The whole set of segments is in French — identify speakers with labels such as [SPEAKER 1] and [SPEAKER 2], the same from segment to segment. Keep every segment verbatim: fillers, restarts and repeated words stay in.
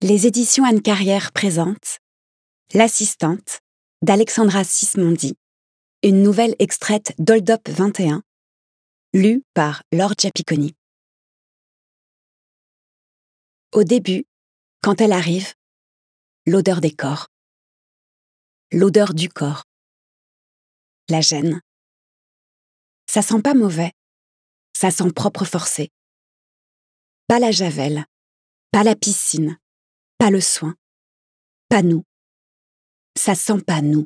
[SPEAKER 1] Les éditions Anne Carrière présentent L'assistante d'Alexandra Sismondi, une nouvelle extraite d'Hold Up vingt et un, lue par Lorgia Picconi. Au début, quand elle arrive, l'odeur des corps. L'odeur du corps. La gêne. Ça sent pas mauvais, ça sent propre forcé. Pas la javel, pas la piscine, pas le soin, pas nous. Ça sent pas nous.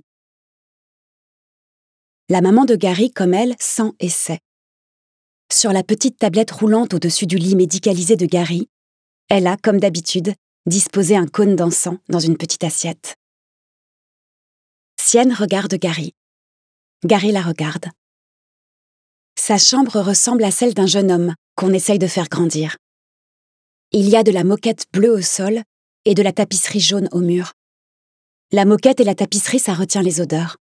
[SPEAKER 1] La maman de Gary, comme elle, sent et sait. Sur la petite tablette roulante au-dessus du lit médicalisé de Gary, elle a, comme d'habitude, disposé un cône d'encens dans une petite assiette. Sienne regarde Gary. Gary la regarde. Sa chambre ressemble à celle d'un jeune homme qu'on essaye de faire grandir. Il y a de la moquette bleue au sol et de la tapisserie jaune au mur. La moquette et la tapisserie, ça retient les odeurs.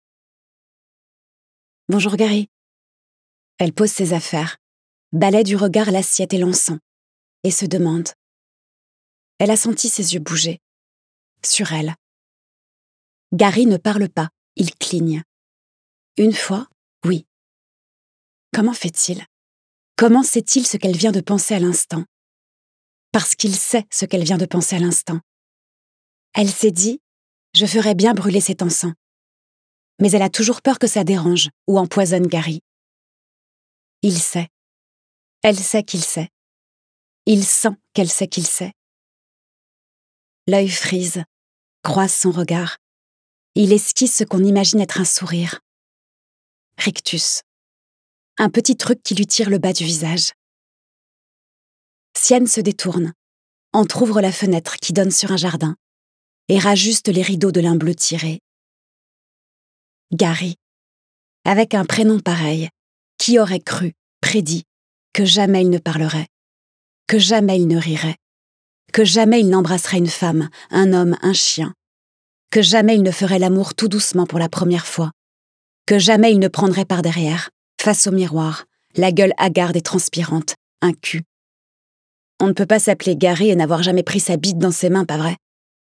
[SPEAKER 1] « Bonjour Gary ». Elle pose ses affaires, balaie du regard l'assiette et l'encens, et se demande. Elle a senti ses yeux bouger. Sur elle. Gary ne parle pas, il cligne. Une fois, oui. Comment fait-il ? Comment sait-il ce qu'elle vient de penser à l'instant ? Parce qu'il sait ce qu'elle vient de penser à l'instant. Elle s'est dit « Je ferais bien brûler cet encens ». Mais elle a toujours peur que ça dérange ou empoisonne Gary. Il sait. Elle sait qu'il sait. Il sent qu'elle sait qu'il sait. L'œil frise, croise son regard. Il esquisse ce qu'on imagine être un sourire. Rictus. Un petit truc qui lui tire le bas du visage. Sienne se détourne, entr'ouvre la fenêtre qui donne sur un jardin et rajuste les rideaux de lin bleu tiré. Gary. Avec un prénom pareil, qui aurait cru, prédit, que jamais il ne parlerait, que jamais il ne rirait, que jamais il n'embrasserait une femme, un homme, un chien, que jamais il ne ferait l'amour tout doucement pour la première fois, que jamais il ne prendrait par derrière, face au miroir, la gueule hagarde et transpirante, un cul. On ne peut pas s'appeler Gary et n'avoir jamais pris sa bite dans ses mains, pas vrai ?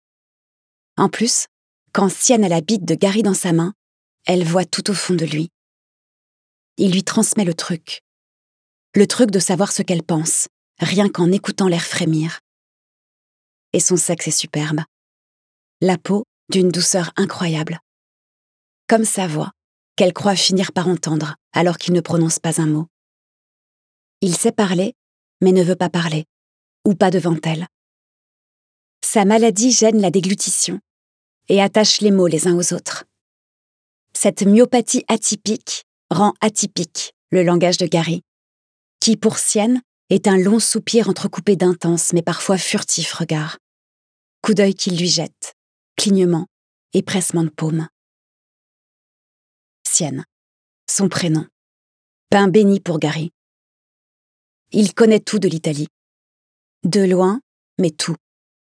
[SPEAKER 1] En plus, quand Sienne a la bite de Gary dans sa main, elle voit tout au fond de lui. Il lui transmet le truc. Le truc de savoir ce qu'elle pense, rien qu'en écoutant l'air frémir. Et son sexe est superbe. La peau d'une douceur incroyable. Comme sa voix, qu'elle croit finir par entendre alors qu'il ne prononce pas un mot. Il sait parler, mais ne veut pas parler, ou pas devant elle. Sa maladie gêne la déglutition et attache les mots les uns aux autres. Cette myopathie atypique rend atypique le langage de Gary, qui pour Sienne est un long soupir entrecoupé d'intenses mais parfois furtifs regards. Coup d'œil qu'il lui jette, clignement et pressement de paume. Sienne, son prénom, pain béni pour Gary. Il connaît tout de l'Italie. De loin, mais tout.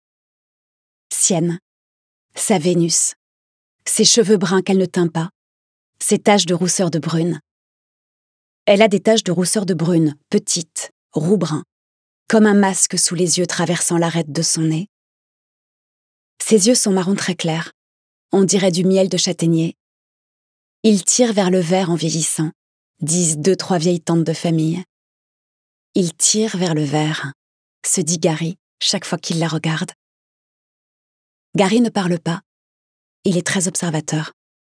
[SPEAKER 1] Sienne, sa Vénus, ses cheveux bruns qu'elle ne teint pas, ses taches de rousseur de brune. Elle a des taches de rousseur de brune, petites, roux-brun, comme un masque sous les yeux traversant l'arête de son nez. Ses yeux sont marron très clairs, on dirait du miel de châtaignier. Il tire vers le vert en vieillissant, disent deux, trois vieilles tantes de famille. Il tire vers le vert, se dit Gary chaque fois qu'il la regarde. Gary ne parle pas, il est très observateur.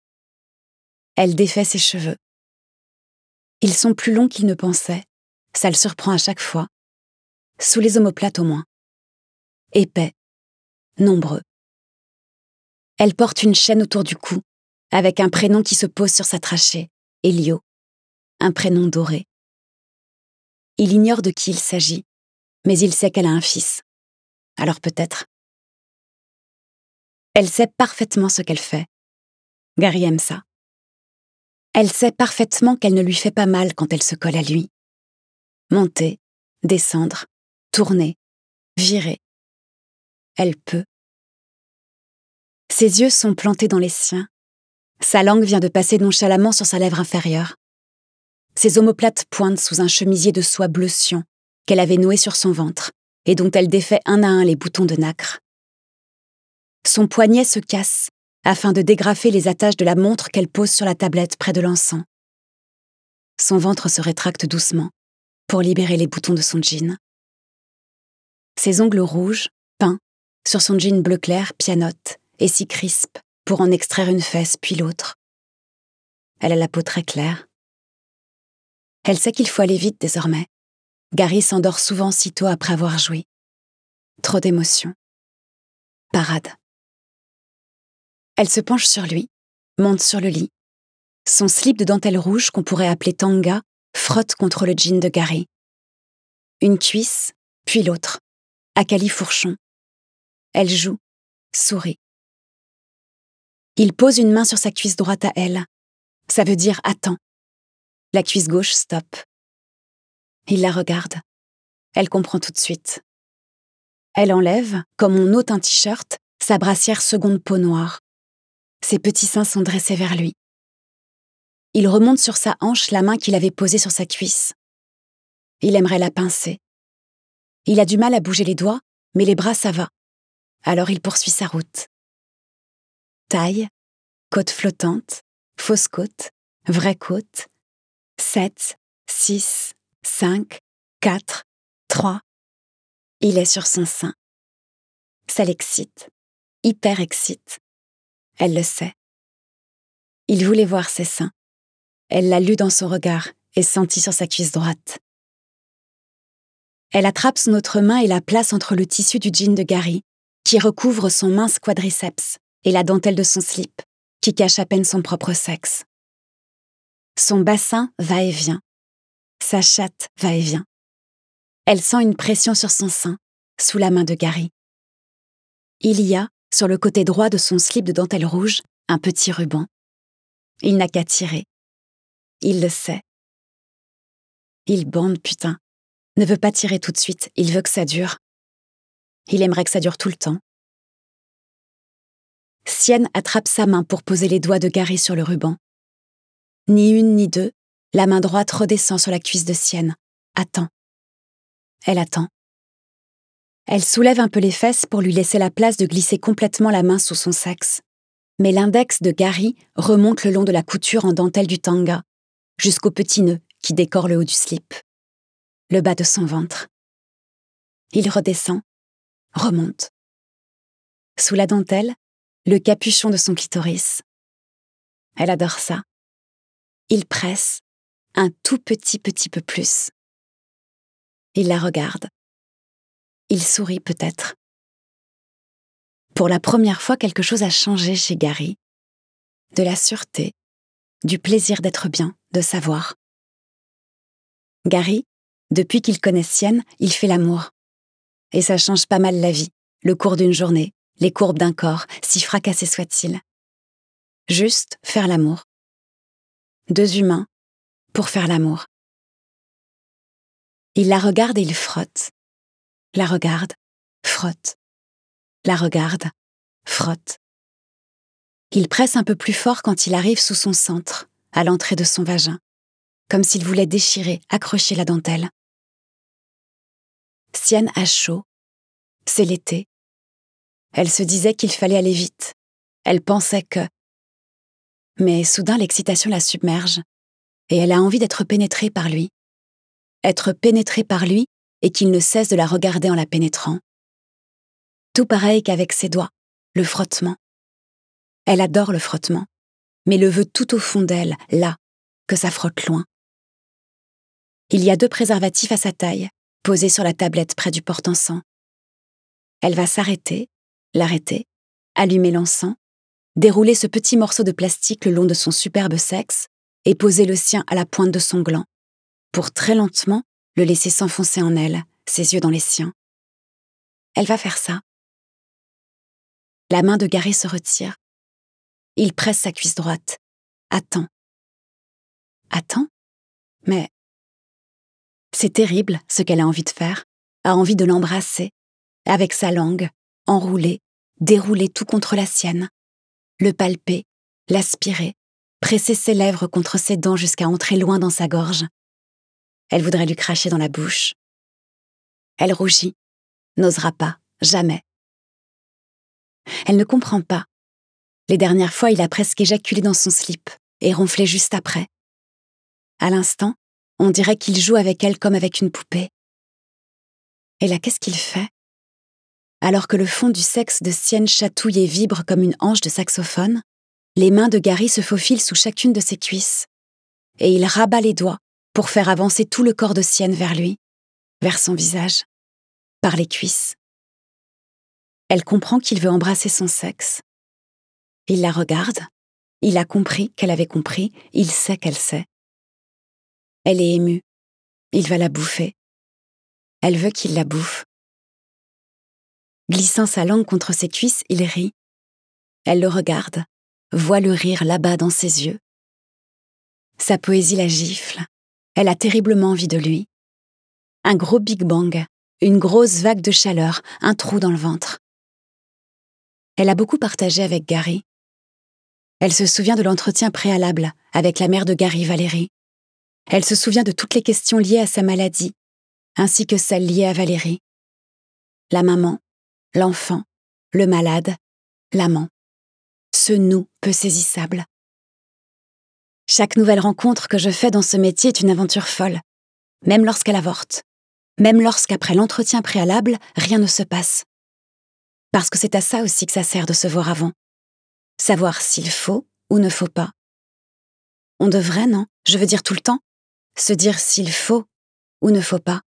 [SPEAKER 1] Elle défait ses cheveux. Ils sont plus longs qu'il ne pensait, ça le surprend à chaque fois, sous les omoplates au moins. Épais, nombreux. Elle porte une chaîne autour du cou, avec un prénom qui se pose sur sa trachée, Elio, un prénom doré. Il ignore de qui il s'agit, mais il sait qu'elle a un fils. Alors peut-être. Elle sait parfaitement ce qu'elle fait. Gary aime ça. Elle sait parfaitement qu'elle ne lui fait pas mal quand elle se colle à lui. Monter, descendre, tourner, virer. Elle peut. Ses yeux sont plantés dans les siens. Sa langue vient de passer nonchalamment sur sa lèvre inférieure. Ses omoplates pointent sous un chemisier de soie bleu cyan qu'elle avait noué sur son ventre et dont elle défait un à un les boutons de nacre. Son poignet se casse afin de dégrafer les attaches de la montre qu'elle pose sur la tablette près de l'encens. Son ventre se rétracte doucement pour libérer les boutons de son jean. Ses ongles rouges, peints, sur son jean bleu clair, pianotent et s'y crispent pour en extraire une fesse puis l'autre. Elle a la peau très claire. Elle sait qu'il faut aller vite désormais. Gary s'endort souvent sitôt après avoir joui. Trop d'émotions. Parade. Elle se penche sur lui, monte sur le lit. Son slip de dentelle rouge qu'on pourrait appeler tanga frotte contre le jean de Gary. Une cuisse, puis l'autre, à califourchon. Elle joue, sourit. Il pose une main sur sa cuisse droite à elle. Ça veut dire « attends ». La cuisse gauche stoppe. Il la regarde. Elle comprend tout de suite. Elle enlève, comme on ôte un t-shirt, sa brassière seconde peau noire. Ses petits seins sont dressés vers lui. Il remonte sur sa hanche la main qu'il avait posée sur sa cuisse. Il aimerait la pincer. Il a du mal à bouger les doigts, mais les bras ça va. Alors il poursuit sa route. Taille, côte flottante, fausse côte, vraie côte. sept, six, cinq, quatre, trois. Il est sur son sein. Ça l'excite, hyper excite. Elle le sait. Il voulait voir ses seins. Elle l'a lu dans son regard et senti sur sa cuisse droite. Elle attrape son autre main et la place entre le tissu du jean de Gary, qui recouvre son mince quadriceps, et la dentelle de son slip, qui cache à peine son propre sexe. Son bassin va et vient. Sa chatte va et vient. Elle sent une pression sur son sein, sous la main de Gary. Il y a, sur le côté droit de son slip de dentelle rouge, un petit ruban. Il n'a qu'à tirer. Il le sait. Il bande, putain. Ne veut pas tirer tout de suite, il veut que ça dure. Il aimerait que ça dure tout le temps. Sienne attrape sa main pour poser les doigts de Gary sur le ruban. Ni une ni deux, la main droite redescend sur la cuisse de Sienne. Attend. Elle attend. Elle soulève un peu les fesses pour lui laisser la place de glisser complètement la main sous son sexe. Mais l'index de Gary remonte le long de la couture en dentelle du tanga, jusqu'au petit nœud qui décore le haut du slip. Le bas de son ventre. Il redescend, remonte. Sous la dentelle, le capuchon de son clitoris. Elle adore ça. Il presse, un tout petit petit peu plus. Il la regarde. Il sourit peut-être. Pour la première fois, quelque chose a changé chez Gary. De la sûreté, du plaisir d'être bien, de savoir. Gary, depuis qu'il connaît Sienne, il fait l'amour. Et ça change pas mal la vie, le cours d'une journée, les courbes d'un corps, si fracassé soit-il. Juste faire l'amour. Deux humains pour faire l'amour. Il la regarde et il frotte. La regarde, frotte. La regarde, frotte. Il presse un peu plus fort quand il arrive sous son centre, à l'entrée de son vagin, comme s'il voulait déchirer, accrocher la dentelle. Sienne a chaud. C'est l'été. Elle se disait qu'il fallait aller vite. Elle pensait que... Mais soudain, l'excitation la submerge, et elle a envie d'être pénétrée par lui. Être pénétrée par lui et qu'il ne cesse de la regarder en la pénétrant. Tout pareil qu'avec ses doigts, le frottement. Elle adore le frottement, mais le veut tout au fond d'elle, là, que ça frotte loin. Il y a deux préservatifs à sa taille, posés sur la tablette près du porte-encens. Elle va s'arrêter, l'arrêter, allumer l'encens, dérouler ce petit morceau de plastique le long de son superbe sexe et poser le sien à la pointe de son gland, pour très lentement le laisser s'enfoncer en elle, ses yeux dans les siens. Elle va faire ça. La main de Gary se retire. Il presse sa cuisse droite. Attend. Attend ? Mais c'est terrible ce qu'elle a envie de faire, a envie de l'embrasser, avec sa langue, enrouler, dérouler tout contre la sienne, le palper, l'aspirer, presser ses lèvres contre ses dents jusqu'à entrer loin dans sa gorge. Elle voudrait lui cracher dans la bouche. Elle rougit, n'osera pas, jamais. Elle ne comprend pas. Les dernières fois, il a presque éjaculé dans son slip et ronflé juste après. À l'instant, on dirait qu'il joue avec elle comme avec une poupée. Et là, qu'est-ce qu'il fait? Alors que le fond du sexe de Sienne chatouille et vibre comme une hanche de saxophone, les mains de Gary se faufilent sous chacune de ses cuisses, et il rabat les doigts pour faire avancer tout le corps de Sienne vers lui, vers son visage, par les cuisses. Elle comprend qu'il veut embrasser son sexe. Il la regarde, il a compris qu'elle avait compris, il sait qu'elle sait. Elle est émue, il va la bouffer. Elle veut qu'il la bouffe. Glissant sa langue contre ses cuisses, il rit. Elle le regarde, voit le rire là-bas dans ses yeux. Sa poésie la gifle, elle a terriblement envie de lui. Un gros Big Bang, une grosse vague de chaleur, un trou dans le ventre. Elle a beaucoup partagé avec Gary. Elle se souvient de l'entretien préalable avec la mère de Gary, Valérie. Elle se souvient de toutes les questions liées à sa maladie, ainsi que celles liées à Valérie. La maman, l'enfant, le malade, l'amant. Ce nous peu saisissable. Chaque nouvelle rencontre que je fais dans ce métier est une aventure folle, même lorsqu'elle avorte, même lorsqu'après l'entretien préalable, rien ne se passe. Parce que c'est à ça aussi que ça sert de se voir avant. Savoir s'il faut ou ne faut pas. On devrait, non? Je veux dire tout le temps, se dire s'il faut ou ne faut pas.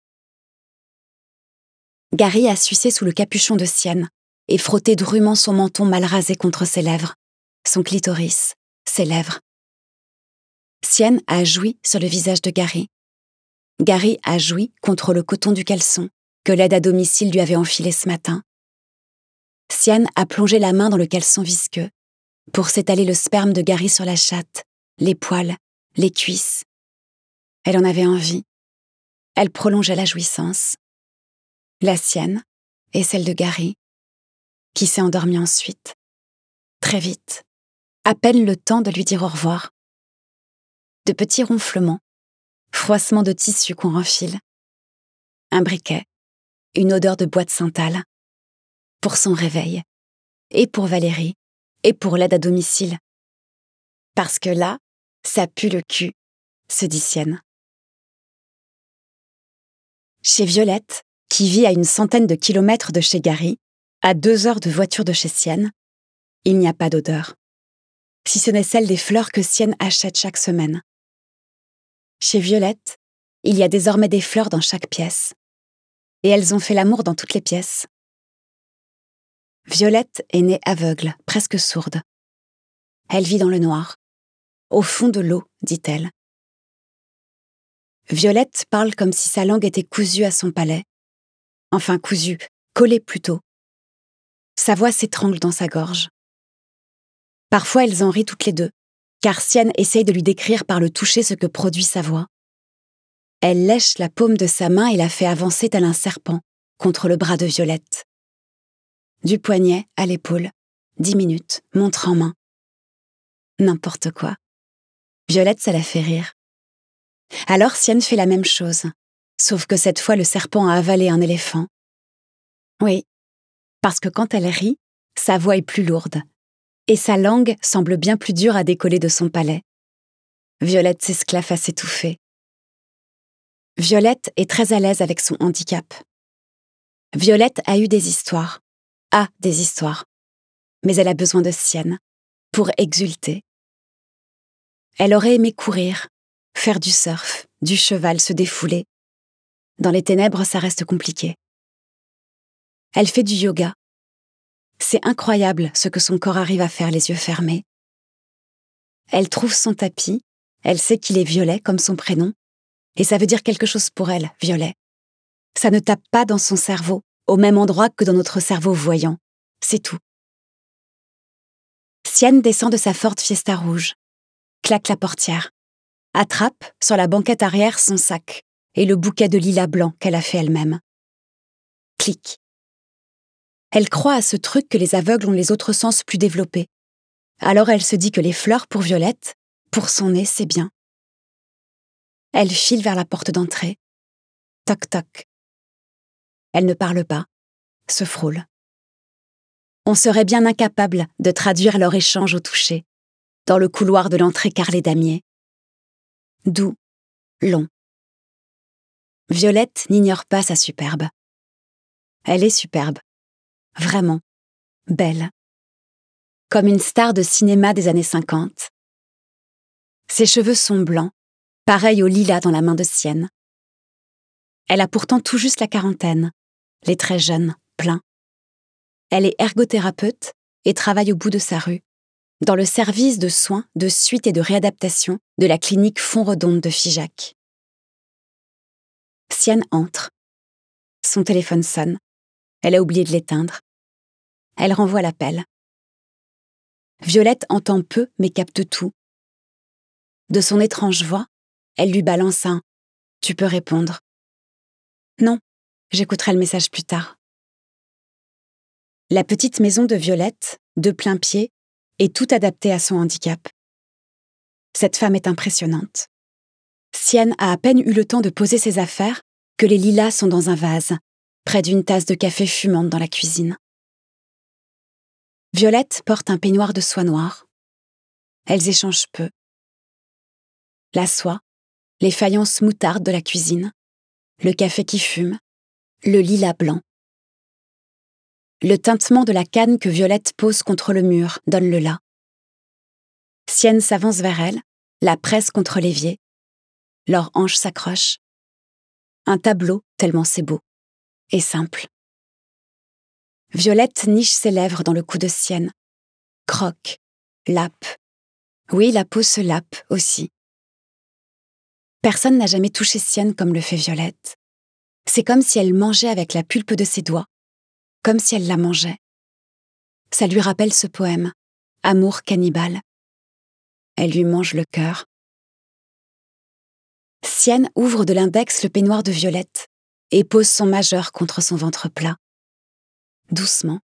[SPEAKER 1] Gary a sucé sous le capuchon de Sienne et frotté drûment son menton mal rasé contre ses lèvres, son clitoris, ses lèvres. Sienne a joui sur le visage de Gary. Gary a joui contre le coton du caleçon que l'aide à domicile lui avait enfilé ce matin. Sienne a plongé la main dans le caleçon visqueux pour s'étaler le sperme de Gary sur la chatte, les poils, les cuisses. Elle en avait envie. Elle prolongeait la jouissance. La sienne et celle de Gary, qui s'est endormie ensuite. Très vite. À peine le temps de lui dire au revoir. De petits ronflements, froissements de tissu qu'on renfile. Un briquet, une odeur de boîte Santal. Pour son réveil, et pour Valérie, et pour l'aide à domicile. Parce que là, ça pue le cul, se dit Sienne. Chez Violette, qui vit à une centaine de kilomètres de chez Gary, à deux heures de voiture de chez Sienne, il n'y a pas d'odeur. Si ce n'est celle des fleurs que Sienne achète chaque semaine. Chez Violette, il y a désormais des fleurs dans chaque pièce. Et elles ont fait l'amour dans toutes les pièces. Violette est née aveugle, presque sourde. Elle vit dans le noir. Au fond de l'eau, dit-elle. Violette parle comme si sa langue était cousue à son palais. Enfin cousue, collée plutôt. Sa voix s'étrangle dans sa gorge. Parfois elles en rient toutes les deux, car Sienne essaye de lui décrire par le toucher ce que produit sa voix. Elle lèche la paume de sa main et la fait avancer tel un serpent contre le bras de Violette. Du poignet à l'épaule, dix minutes, montre en main. N'importe quoi. Violette, ça la fait rire. Alors Sienne fait la même chose, sauf que cette fois le serpent a avalé un éléphant. Oui, parce que quand elle rit, sa voix est plus lourde, et sa langue semble bien plus dure à décoller de son palais. Violette s'esclaffe à s'étouffer. Violette est très à l'aise avec son handicap. Violette a eu des histoires, a des histoires, mais elle a besoin de Sienne pour exulter. Elle aurait aimé courir, faire du surf, du cheval, se défouler. Dans les ténèbres, ça reste compliqué. Elle fait du yoga. C'est incroyable ce que son corps arrive à faire les yeux fermés. Elle trouve son tapis, elle sait qu'il est violet comme son prénom, et ça veut dire quelque chose pour elle, violet. Ça ne tape pas dans son cerveau, au même endroit que dans notre cerveau voyant. C'est tout. Sienne descend de sa Ford Fiesta rouge, claque la portière, attrape sur la banquette arrière son sac et le bouquet de lilas blanc qu'elle a fait elle-même. Clic. Elle croit à ce truc que les aveugles ont les autres sens plus développés. Alors elle se dit que les fleurs pour Violette, pour son nez, c'est bien. Elle file vers la porte d'entrée. Toc toc. Elle ne parle pas, se frôle. On serait bien incapable de traduire leur échange au toucher, dans le couloir de l'entrée carrelée damier. Doux, long. Violette n'ignore pas sa superbe. Elle est superbe, vraiment, belle. Comme une star de cinéma des années cinquante. Ses cheveux sont blancs, pareils au lilas dans la main de Sienne. Elle a pourtant tout juste la quarantaine, les traits jeunes, pleins. Elle est ergothérapeute et travaille au bout de sa rue, dans le service de soins, de suite et de réadaptation de la clinique Font-Redonde de Figeac. Sienne entre. Son téléphone sonne. Elle a oublié de l'éteindre. Elle renvoie l'appel. Violette entend peu mais capte tout. De son étrange voix, elle lui balance un « Tu peux répondre ». Non, j'écouterai le message plus tard. La petite maison de Violette, de plein pied, est tout adaptée à son handicap. Cette femme est impressionnante. Sienne a à peine eu le temps de poser ses affaires que les lilas sont dans un vase, près d'une tasse de café fumante dans la cuisine. Violette porte un peignoir de soie noire. Elles échangent peu. La soie, les faïences moutardes de la cuisine, le café qui fume, le lilas blanc. Le tintement de la canne que Violette pose contre le mur donne le là. Sienne s'avance vers elle, la presse contre l'évier. Leurs hanches s'accrochent. Un tableau, tellement c'est beau, et simple. Violette niche ses lèvres dans le cou de Sienne. Croque, lappe. Oui, la peau se lappe aussi. Personne n'a jamais touché Sienne comme le fait Violette. C'est comme si elle mangeait avec la pulpe de ses doigts, comme si elle la mangeait. Ça lui rappelle ce poème, Amour cannibale. Elle lui mange le cœur. Sienne ouvre de l'index le peignoir de Violette et pose son majeur contre son ventre plat. Doucement.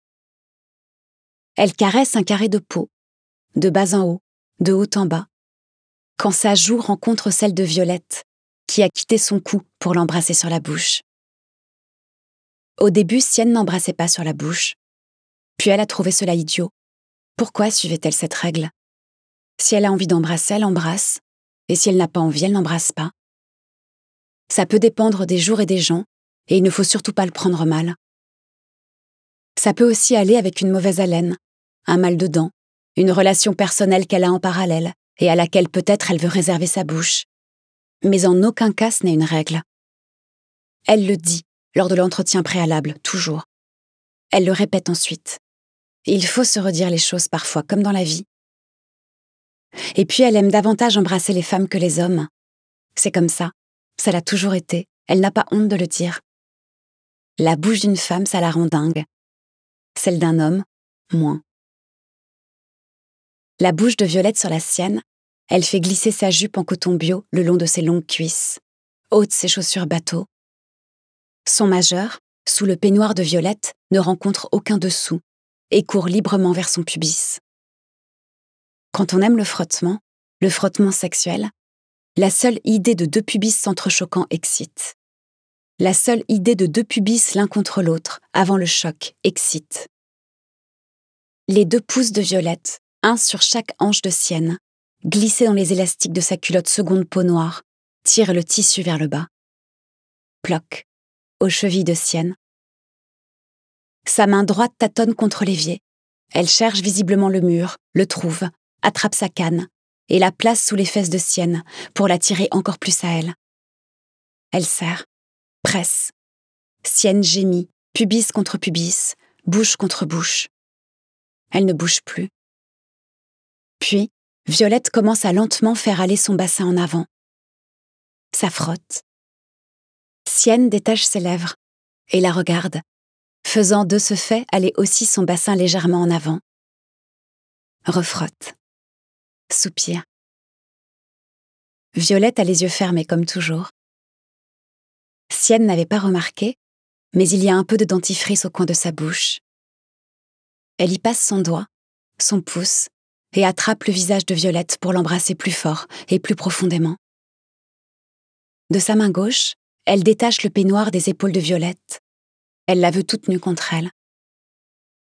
[SPEAKER 1] Elle caresse un carré de peau, de bas en haut, de haut en bas, quand sa joue rencontre celle de Violette, qui a quitté son cou pour l'embrasser sur la bouche. Au début, Sienne n'embrassait pas sur la bouche. Puis elle a trouvé cela idiot. Pourquoi suivait-elle cette règle ? Si elle a envie d'embrasser, elle embrasse, et si elle n'a pas envie, elle n'embrasse pas. Ça peut dépendre des jours et des gens, et il ne faut surtout pas le prendre mal. Ça peut aussi aller avec une mauvaise haleine, un mal de dents, une relation personnelle qu'elle a en parallèle, et à laquelle peut-être elle veut réserver sa bouche. Mais en aucun cas ce n'est une règle. Elle le dit lors de l'entretien préalable, toujours. Elle le répète ensuite. Il faut se redire les choses parfois, comme dans la vie. Et puis elle aime davantage embrasser les femmes que les hommes. C'est comme ça, ça l'a toujours été, elle n'a pas honte de le dire. La bouche d'une femme, ça la rend dingue. Celle d'un homme, moins. La bouche de Violette sur la sienne, elle fait glisser sa jupe en coton bio le long de ses longues cuisses, ôte ses chaussures bateau. Son majeur, sous le peignoir de Violette, ne rencontre aucun dessous et court librement vers son pubis. Quand on aime le frottement, le frottement sexuel, la seule idée de deux pubis s'entrechoquant excite. La seule idée de deux pubis l'un contre l'autre, avant le choc, excite. Les deux pouces de Violette, un sur chaque hanche de Sienne, glissés dans les élastiques de sa culotte seconde peau noire, tirent le tissu vers le bas. Ploc, aux chevilles de Sienne. Sa main droite tâtonne contre l'évier. Elle cherche visiblement le mur, le trouve, attrape sa canne et la place sous les fesses de Sienne pour la tirer encore plus à elle. Elle serre, presse. Sienne gémit, pubis contre pubis, bouche contre bouche. Elle ne bouge plus. Puis, Violette commence à lentement faire aller son bassin en avant. Ça frotte. Sienne détache ses lèvres et la regarde, faisant de ce fait aller aussi son bassin légèrement en avant. Refrotte. Soupire. Violette a les yeux fermés comme toujours. Sienne n'avait pas remarqué, mais il y a un peu de dentifrice au coin de sa bouche. Elle y passe son doigt, son pouce, et attrape le visage de Violette pour l'embrasser plus fort et plus profondément. De sa main gauche, elle détache le peignoir des épaules de Violette. Elle la veut toute nue contre elle.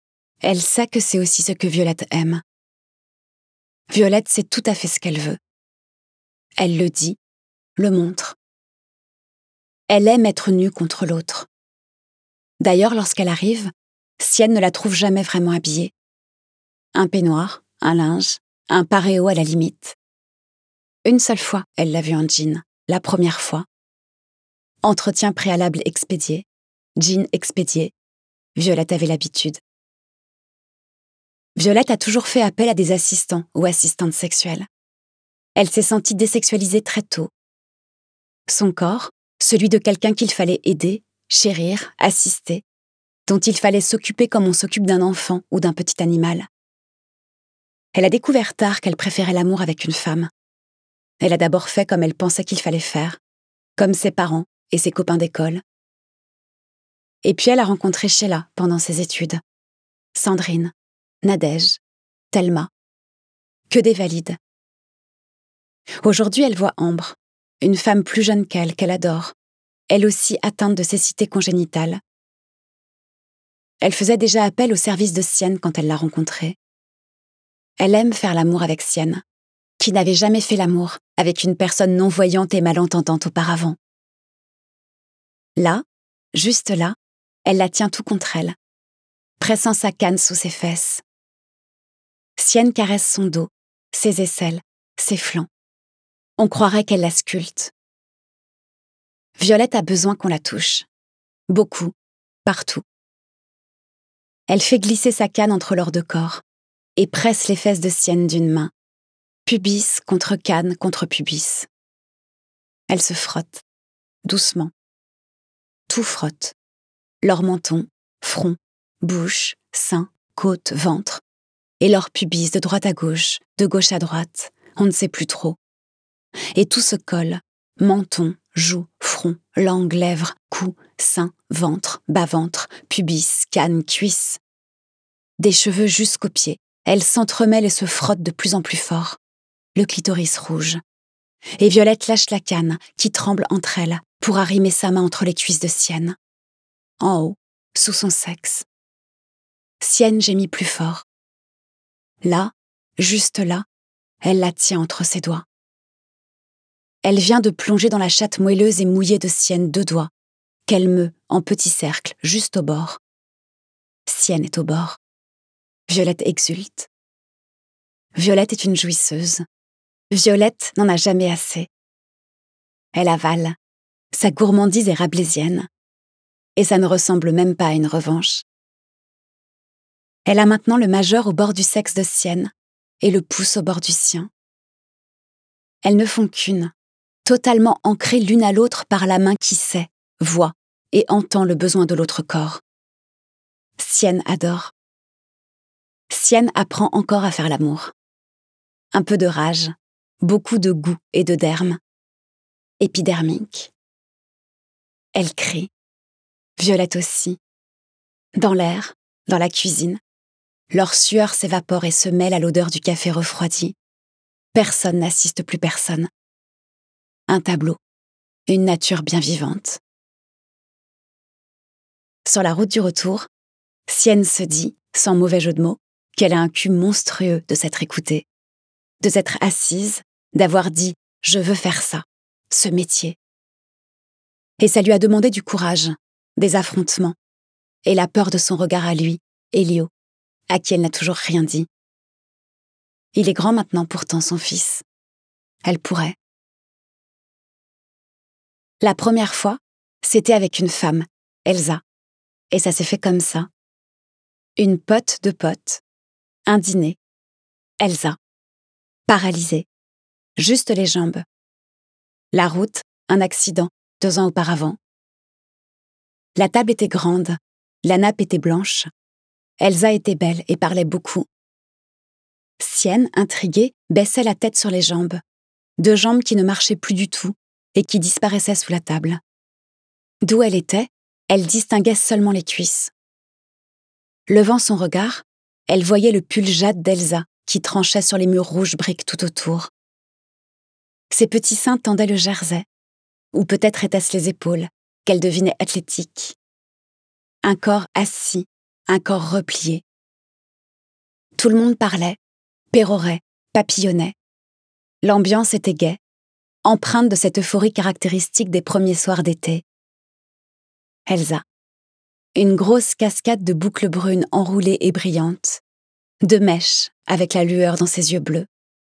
[SPEAKER 1] Elle sait que c'est aussi ce que Violette aime. Violette sait tout à fait ce qu'elle veut. Elle le dit, le montre. Elle aime être nue contre l'autre. D'ailleurs, lorsqu'elle arrive, Sienne ne la trouve jamais vraiment habillée. Un peignoir, un linge, un paréo à la limite. Une seule fois, elle l'a vue en jean, la première fois. Entretien préalable expédié, jean expédié. Violette avait l'habitude. Violette a toujours fait appel à des assistants ou assistantes sexuelles. Elle s'est sentie désexualisée très tôt. Son corps, celui de quelqu'un qu'il fallait aider, chérir, assister, dont il fallait s'occuper comme on s'occupe d'un enfant ou d'un petit animal. Elle a découvert tard qu'elle préférait l'amour avec une femme. Elle a d'abord fait comme elle pensait qu'il fallait faire, comme ses parents et ses copains d'école. Et puis elle a rencontré Sheila pendant ses études. Sandrine, Nadège, Thelma. Que des valides. Aujourd'hui, elle voit Ambre, une femme plus jeune qu'elle, qu'elle adore, elle aussi atteinte de cécité congénitale. Elle faisait déjà appel au service de Sienne quand elle l'a rencontrée. Elle aime faire l'amour avec Sienne, qui n'avait jamais fait l'amour avec une personne non-voyante et malentendante auparavant. Là, juste là, elle la tient tout contre elle, pressant sa canne sous ses fesses. Sienne caresse son dos, ses aisselles, ses flancs. On croirait qu'elle la sculpte. Violette a besoin qu'on la touche. Beaucoup, partout. Elle fait glisser sa canne entre leurs deux corps et presse les fesses de Sienne d'une main. Pubis contre canne contre pubis. Elle se frotte, doucement. Tout frotte. Leur menton, front, bouche, sein, côte, ventre. Et leur pubis de droite à gauche, de gauche à droite, on ne sait plus trop. Et tout se colle, menton, joue, front, langue, lèvres, cou, sein, ventre, bas-ventre, pubis, canne, cuisse. Des cheveux jusqu'aux pieds, elles s'entremêlent et se frottent de plus en plus fort. Le clitoris rouge. Et Violette lâche la canne, qui tremble entre elles, pour arrimer sa main entre les cuisses de Sienne. En haut, sous son sexe. Sienne gémit plus fort. Là, juste là, elle la tient entre ses doigts. Elle vient de plonger dans la chatte moelleuse et mouillée de Sienne deux doigts, qu'elle meut en petit cercle, juste au bord. Sienne est au bord. Violette exulte. Violette est une jouisseuse. Violette n'en a jamais assez. Elle avale. Sa gourmandise est rabelaisienne. Et ça ne ressemble même pas à une revanche. Elle a maintenant le majeur au bord du sexe de Sienne et le pouce au bord du sien. Elles ne font qu'une, totalement ancrées l'une à l'autre par la main qui sait, voit et entend le besoin de l'autre corps. Sienne adore. Sienne apprend encore à faire l'amour. Un peu de rage, beaucoup de goût et de derme. Épidermique. Elle crie. Violette aussi. Dans l'air, dans la cuisine, leur sueur s'évapore et se mêle à l'odeur du café refroidi. Personne n'assiste plus personne. Un tableau, une nature bien vivante. Sur la route du retour, Sienne se dit, sans mauvais jeu de mots, qu'elle a un cul monstrueux de s'être écoutée, de s'être assise, d'avoir dit « je veux faire ça, ce métier ». Et ça lui a demandé du courage, des affrontements, et la peur de son regard à lui, Elio, à qui elle n'a toujours rien dit. Il est grand maintenant pourtant, son fils. Elle pourrait. La première fois, c'était avec une femme, Elsa, et ça s'est fait comme ça. Une pote de pote, un dîner, Elsa, paralysée, juste les jambes. La route, un accident, deux ans auparavant. La table était grande, la nappe était blanche. Elsa était belle et parlait beaucoup. Sienne, intriguée, baissait la tête sur les jambes, deux jambes qui ne marchaient plus du tout et qui disparaissaient sous la table. D'où elle était, elle distinguait seulement les cuisses. Levant son regard, elle voyait le pull jade d'Elsa qui tranchait sur les murs rouges briques tout autour. Ses petits seins tendaient le jersey, ou peut-être étaient-ce les épaules, qu'elle devinait athlétiques. Un corps assis, un corps replié, Tout le monde parlait, pérorait, papillonnait. L'ambiance était gaie, empreinte de cette euphorie caractéristique des premiers soirs d'été. Elsa. Une grosse cascade de boucles brunes enroulées et brillantes, de mèches avec la lueur dans ses yeux bleus.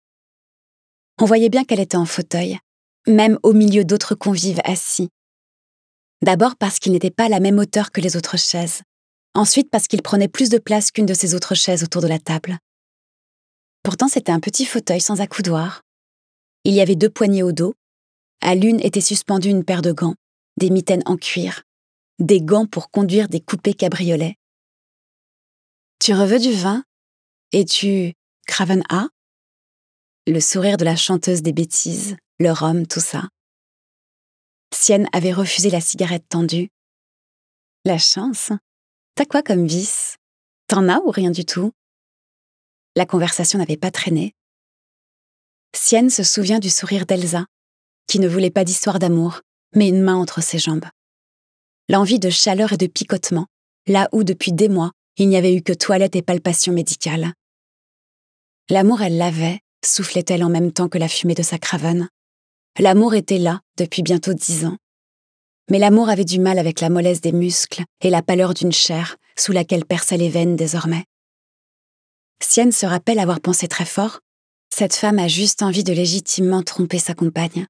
[SPEAKER 1] On voyait bien qu'elle était en fauteuil, même au milieu d'autres convives assis. D'abord parce qu'il n'était pas à la même hauteur que les autres chaises. Ensuite parce qu'il prenait plus de place qu'une de ces autres chaises autour de la table. Pourtant, c'était un petit fauteuil sans accoudoir. Il y avait deux poignées au dos. À l'une était suspendue une paire de gants, des mitaines en cuir, des gants pour conduire des coupés cabriolets. « Tu reveux du vin? Es-tu Craven A ?» Le sourire de la chanteuse des bêtises, le rhum, tout ça. Sienne avait refusé la cigarette tendue. La chance. T'as quoi comme vice? T'en as ou rien du tout? La conversation n'avait pas traîné. Sienne se souvient du sourire d'Elsa, qui ne voulait pas d'histoire d'amour, mais une main entre ses jambes. L'envie de chaleur et de picotement, là où depuis des mois, il n'y avait eu que toilette et palpation médicale. L'amour, elle l'avait, soufflait-elle en même temps que la fumée de sa Craven. L'amour était là depuis bientôt dix ans. Mais l'amour avait du mal avec la mollesse des muscles et la pâleur d'une chair sous laquelle perçaient les veines désormais. Sienne se rappelle avoir pensé très fort, cette femme a juste envie de légitimement tromper sa compagne.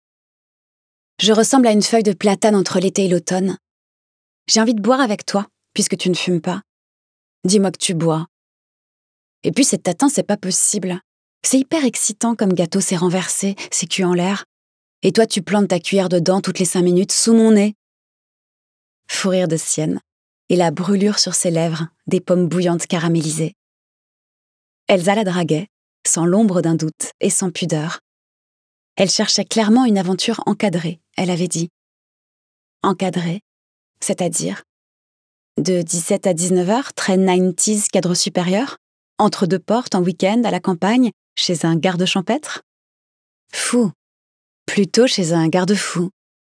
[SPEAKER 1] Je ressemble à une feuille de platane entre l'été et l'automne. J'ai envie de boire avec toi, puisque tu ne fumes pas. Dis-moi que tu bois. Et puis cette tatin, c'est pas possible. C'est hyper excitant comme gâteau s'est renversé, ses culs en l'air. Et toi, tu plantes ta cuillère dedans toutes les cinq minutes, sous mon nez. Fou rire de Sienne, et la brûlure sur ses lèvres, des pommes bouillantes caramélisées. Elsa la draguait, sans l'ombre d'un doute et sans pudeur. Elle cherchait clairement une aventure encadrée, elle avait dit. Encadrée, c'est-à-dire de dix-sept à dix-neuf heures, très quatre-vingt-dix cadre supérieur, entre deux portes en week-end à la campagne, chez un garde champêtre? Fou. Plutôt chez un garde-fou.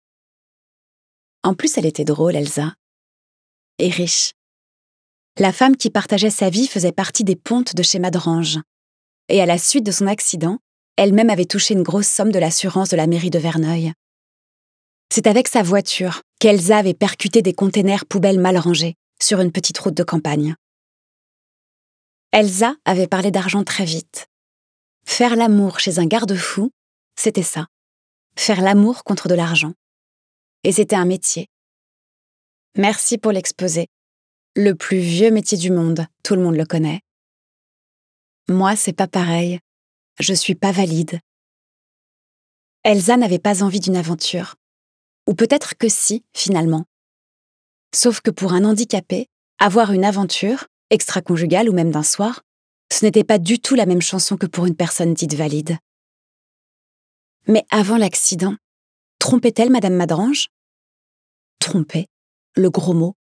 [SPEAKER 1] En plus, elle était drôle, Elsa. Et riche. La femme qui partageait sa vie faisait partie des pontes de chez Madrange. Et à la suite de son accident, elle-même avait touché une grosse somme de l'assurance de la mairie de Verneuil. C'est avec sa voiture qu'Elsa avait percuté des containers poubelles mal rangés sur une petite route de campagne. Elsa avait parlé d'argent très vite. Faire l'amour chez un garde-fou, c'était ça. Faire l'amour contre de l'argent. Et c'était un métier. Merci pour l'exposé. Le plus vieux métier du monde, tout le monde le connaît. Moi, c'est pas pareil. Je suis pas valide. Elsa n'avait pas envie d'une aventure. Ou peut-être que si, finalement. Sauf que pour un handicapé, avoir une aventure, extra-conjugale ou même d'un soir, ce n'était pas du tout la même chanson que pour une personne dite valide. Mais avant l'accident, trompait-elle Madame Madrange? Tromper, le gros mot.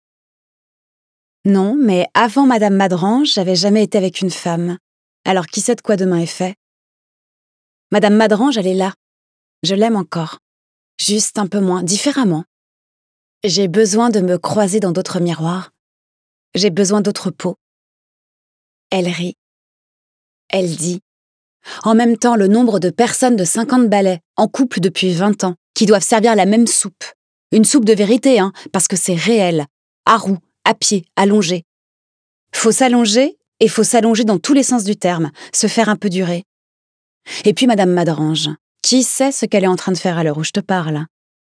[SPEAKER 1] Non, mais avant Madame Madrange, j'avais jamais été avec une femme. Alors qui sait de quoi demain est fait? Madame Madrange, elle est là. Je l'aime encore. Juste un peu moins, différemment. J'ai besoin de me croiser dans d'autres miroirs. J'ai besoin d'autres peaux. Elle rit. Elle dit. En même temps, le nombre de personnes de cinquante balais, en couple depuis vingt ans, qui doivent servir la même soupe. Une soupe de vérité, hein, parce que c'est réel. À roue, à pied, allongé. Faut s'allonger, et faut s'allonger dans tous les sens du terme, se faire un peu durer. Et puis Madame Madrange, qui sait ce qu'elle est en train de faire à l'heure où je te parle?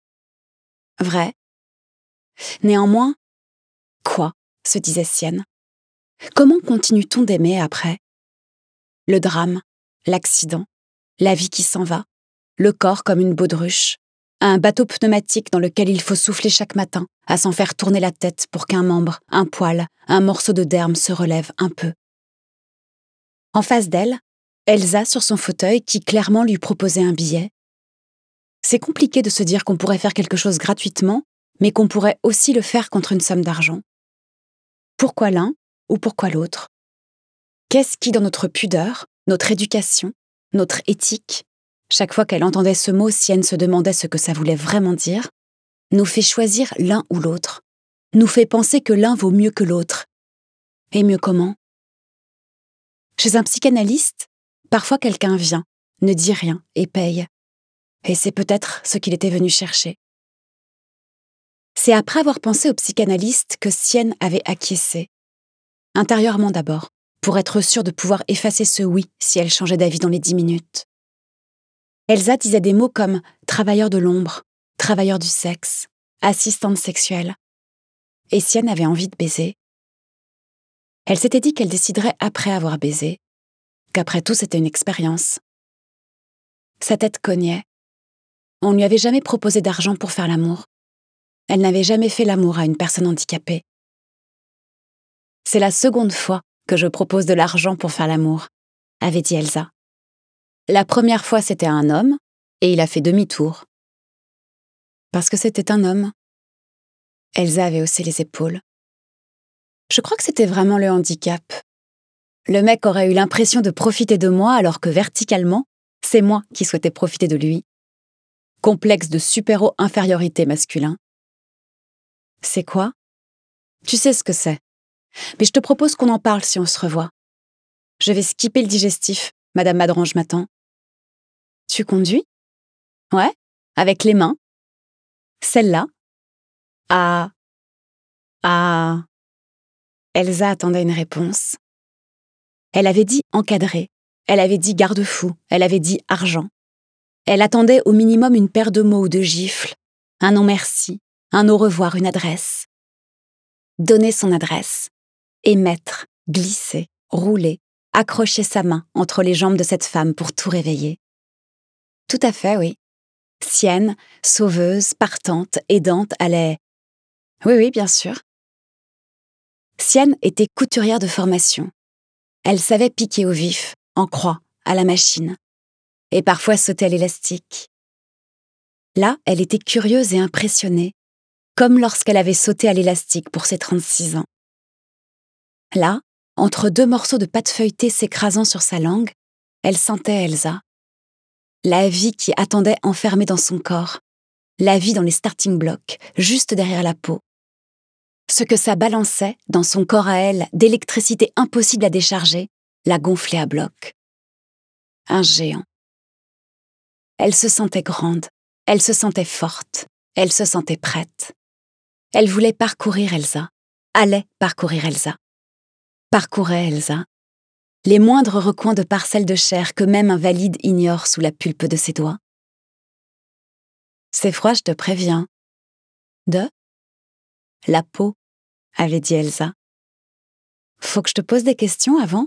[SPEAKER 1] Vrai. Néanmoins, quoi, se disait Sienne. Comment continue-t-on d'aimer après? Le drame, l'accident, la vie qui s'en va, le corps comme une baudruche, un bateau pneumatique dans lequel il faut souffler chaque matin, à s'en faire tourner la tête pour qu'un membre, un poil, un morceau de derme se relève un peu. En face d'elle, Elsa sur son fauteuil qui clairement lui proposait un billet. C'est compliqué de se dire qu'on pourrait faire quelque chose gratuitement, mais qu'on pourrait aussi le faire contre une somme d'argent. Pourquoi l'un ou pourquoi l'autre? Qu'est-ce qui, dans notre pudeur, notre éducation, notre éthique, chaque fois qu'elle entendait ce mot, Sienne se demandait ce que ça voulait vraiment dire, nous fait choisir l'un ou l'autre, nous fait penser que l'un vaut mieux que l'autre. Et mieux comment? Chez un psychanalyste, parfois quelqu'un vient, ne dit rien et paye. Et c'est peut-être ce qu'il était venu chercher. C'est après avoir pensé au psychanalyste que Sienne avait acquiescé. Intérieurement d'abord, pour être sûre de pouvoir effacer ce oui si elle changeait d'avis dans les dix minutes. Elsa disait des mots comme « travailleur de l'ombre »,« travailleur du sexe »,« assistante sexuelle ». Et Sienne avait envie de baiser. Elle s'était dit qu'elle déciderait après avoir baisé, qu'après tout c'était une expérience. Sa tête cognait. On ne lui avait jamais proposé d'argent pour faire l'amour. Elle n'avait jamais fait l'amour à une personne handicapée. C'est la seconde fois que je propose de l'argent pour faire l'amour, avait dit Elsa. La première fois, c'était à un homme, et il a fait demi-tour. Parce que c'était un homme. Elsa avait haussé les épaules. Je crois que c'était vraiment le handicap. Le mec aurait eu l'impression de profiter de moi alors que verticalement, c'est moi qui souhaitais profiter de lui. Complexe de supéro-infériorité masculin. C'est quoi? Tu sais ce que c'est. Mais je te propose qu'on en parle si on se revoit. Je vais skipper le digestif, Madame Madrange m'attend. Tu conduis? Ouais, avec les mains. Celle-là? Ah. Ah. Elsa attendait une réponse. Elle avait dit encadré, elle avait dit garde-fou, elle avait dit argent. Elle attendait au minimum une paire de mots ou de gifles, un non merci, un au revoir, une adresse. Donner son adresse, émettre, glisser, rouler, accrocher sa main entre les jambes de cette femme pour tout réveiller. Tout à fait, oui. Sienne, sauveuse, partante, aidante, allait... Oui, oui, bien sûr. Sienne était couturière de formation. Elle savait piquer au vif, en croix, à la machine, et parfois sauter à l'élastique. Là, elle était curieuse et impressionnée, comme lorsqu'elle avait sauté à l'élastique pour ses trente-six ans. Là, entre deux morceaux de pâte feuilletée s'écrasant sur sa langue, elle sentait Elsa. La vie qui attendait enfermée dans son corps, la vie dans les starting blocks, juste derrière la peau. Ce que ça balançait, dans son corps à elle, d'électricité impossible à décharger, la gonflait à bloc. Un géant. Elle se sentait grande, elle se sentait forte, elle se sentait prête. Elle voulait parcourir Elsa, allait parcourir Elsa. Parcourait Elsa, les moindres recoins de parcelles de chair que même un valide ignore sous la pulpe de ses doigts. C'est froid, je te préviens. De? La peau, avait dit Elsa. Faut que je te pose des questions avant?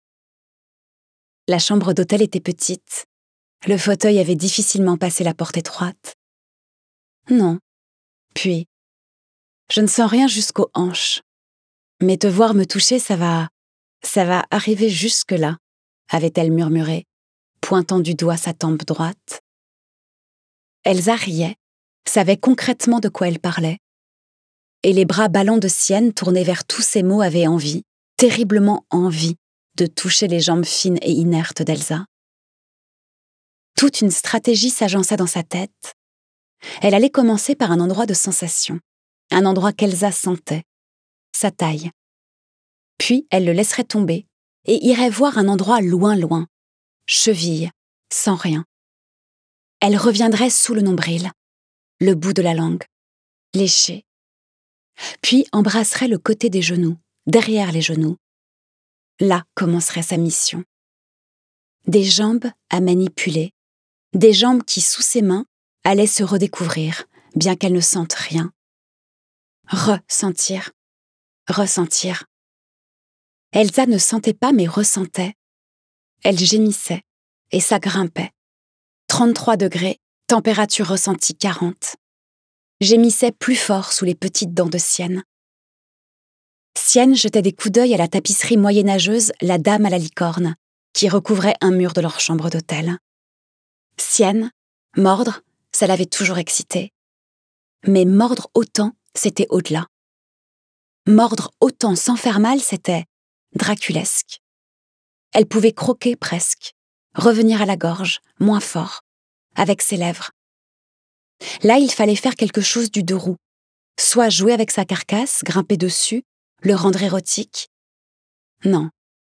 [SPEAKER 1] La chambre d'hôtel était petite. Le fauteuil avait difficilement passé la porte étroite. Non. Puis, je ne sens rien jusqu'aux hanches. Mais te voir me toucher, ça va... ça va arriver jusque-là, avait-elle murmuré, pointant du doigt sa tempe droite. Elsa riait, savait concrètement de quoi elle parlait. Et les bras ballants de Sienne tournés vers tous ces mots avaient envie, terriblement envie, de toucher les jambes fines et inertes d'Elsa. Toute une stratégie s'agença dans sa tête. Elle allait commencer par un endroit de sensation, un endroit qu'Elsa sentait, sa taille. Puis elle le laisserait tomber et irait voir un endroit loin loin, cheville, sans rien. Elle reviendrait sous le nombril, le bout de la langue, léché. Puis embrasserait le côté des genoux, derrière les genoux. Là commencerait sa mission. Des jambes à manipuler, des jambes qui, sous ses mains, allaient se redécouvrir, bien qu'elles ne sentent rien. Ressentir, ressentir. Elsa ne sentait pas mais ressentait. Elle gémissait et ça grimpait. trente-trois degrés, température ressentie quarante. Gémissait plus fort sous les petites dents de Sienne. Sienne jetait des coups d'œil à la tapisserie moyenâgeuse La Dame à la licorne, qui recouvrait un mur de leur chambre d'hôtel. Sienne, mordre, ça l'avait toujours excitée. Mais mordre autant, c'était au-delà. Mordre autant sans faire mal, c'était draculesque. Elle pouvait croquer presque, revenir à la gorge, moins fort, avec ses lèvres. Là, il fallait faire quelque chose du deux roues, soit jouer avec sa carcasse, grimper dessus, le rendre érotique. Non,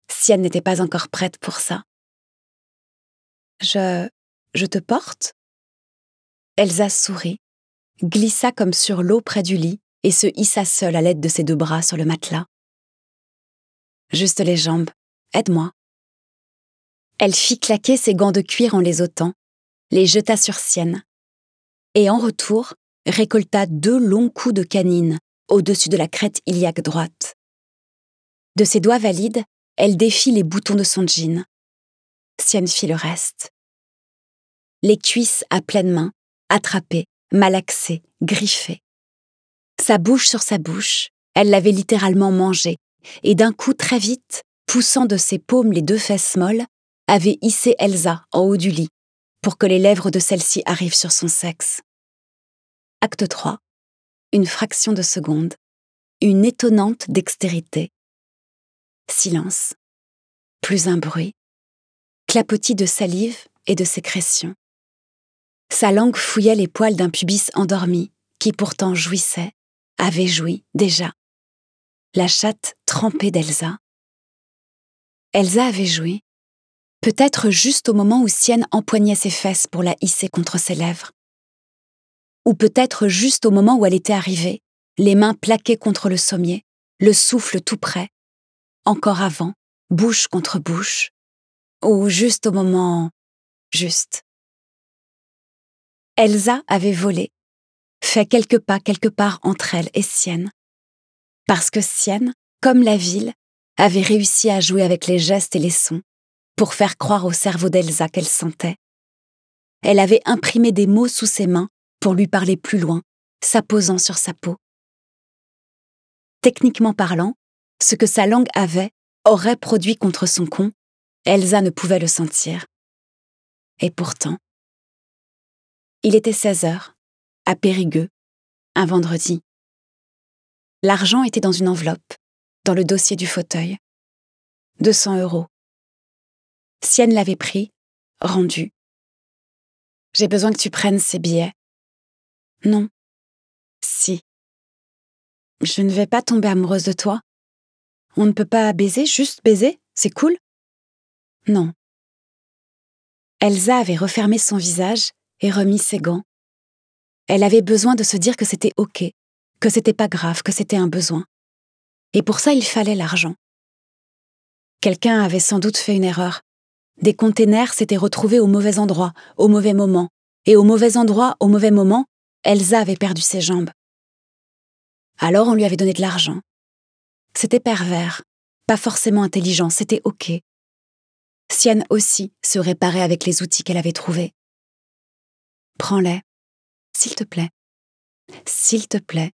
[SPEAKER 1] Sienne n'était pas encore prête pour ça. « Je... je te porte ?» Elsa sourit, glissa comme sur l'eau près du lit et se hissa seule à l'aide de ses deux bras sur le matelas. « Juste les jambes, aide-moi. » Elle fit claquer ses gants de cuir en les ôtant, les jeta sur Sienne, et en retour, récolta deux longs coups de canine au-dessus de la crête iliaque droite. De ses doigts valides, elle défit les boutons de son jean. Sienne fit le reste. Les cuisses à pleine main, attrapées, malaxées, griffées. Sa bouche sur sa bouche, elle l'avait littéralement mangée, et d'un coup très vite, poussant de ses paumes les deux fesses molles, avait hissé Elsa en haut du lit, pour que les lèvres de celle-ci arrivent sur son sexe. Acte trois. Une fraction de seconde. Une étonnante dextérité. Silence. Plus un bruit. Clapotis de salive et de sécrétion. Sa langue fouillait les poils d'un pubis endormi, qui pourtant jouissait, avait joui déjà. La chatte trempée d'Elsa. Elsa avait joui, peut-être juste au moment où Sienne empoignait ses fesses pour la hisser contre ses lèvres. Ou peut-être juste au moment où elle était arrivée, les mains plaquées contre le sommier, le souffle tout près, encore avant, bouche contre bouche, ou juste au moment... juste. Elsa avait volé, fait quelques pas quelque part entre elle et Sienne. Parce que Sienne, comme la ville, avait réussi à jouer avec les gestes et les sons pour faire croire au cerveau d'Elsa qu'elle sentait. Elle avait imprimé des mots sous ses mains pour lui parler plus loin, s'apposant sur sa peau. Techniquement parlant, ce que sa langue avait, aurait produit contre son con, Elsa ne pouvait le sentir. Et pourtant... Il était seize heures, à Périgueux, un vendredi. L'argent était dans une enveloppe, dans le dossier du fauteuil. deux cents euros. Sienne l'avait pris, rendu. « J'ai besoin que tu prennes ces billets. » »« Non. »« Si. »« Je ne vais pas tomber amoureuse de toi. On ne peut pas baiser, juste baiser, c'est cool. » »« Non. » Elsa avait refermé son visage et remis ses gants. Elle avait besoin de se dire que c'était ok, que c'était pas grave, que c'était un besoin. Et pour ça, il fallait l'argent. Quelqu'un avait sans doute fait une erreur. Des containers s'étaient retrouvés au mauvais endroit, au mauvais moment. Et au mauvais endroit, au mauvais moment, Elsa avait perdu ses jambes. Alors on lui avait donné de l'argent. C'était pervers, pas forcément intelligent, c'était ok. Sienne aussi se réparait avec les outils qu'elle avait trouvés. Prends-les, s'il te plaît. S'il te plaît.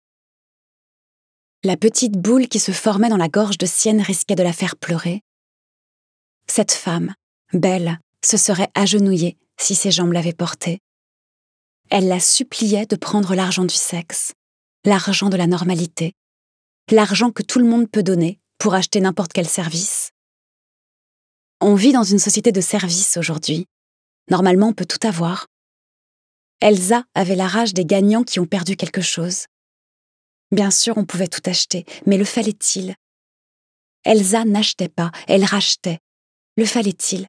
[SPEAKER 1] La petite boule qui se formait dans la gorge de Sienne risquait de la faire pleurer. Cette femme, belle, se serait agenouillée si ses jambes l'avaient portée. Elle la suppliait de prendre l'argent du sexe, l'argent de la normalité, l'argent que tout le monde peut donner pour acheter n'importe quel service. On vit dans une société de services aujourd'hui. Normalement, on peut tout avoir. Elsa avait la rage des gagnants qui ont perdu quelque chose. Bien sûr, on pouvait tout acheter, mais le fallait-il? Elsa n'achetait pas, elle rachetait. Le fallait-il?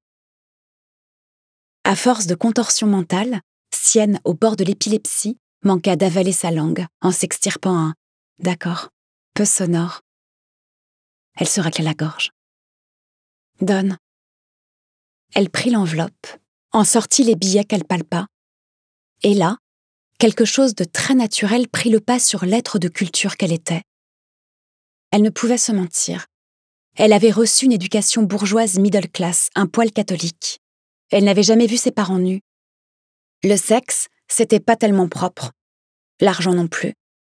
[SPEAKER 1] À force de contorsion mentale, Sienne, au bord de l'épilepsie, manqua d'avaler sa langue en s'extirpant un « d'accord » peu sonore. Elle se raclait la gorge. « Donne. » Elle prit l'enveloppe, en sortit les billets qu'elle palpa. Et là, quelque chose de très naturel prit le pas sur l'être de culture qu'elle était. Elle ne pouvait se mentir. Elle avait reçu une éducation bourgeoise middle class, un poil catholique. Elle n'avait jamais vu ses parents nus. Le sexe, c'était pas tellement propre. L'argent non plus.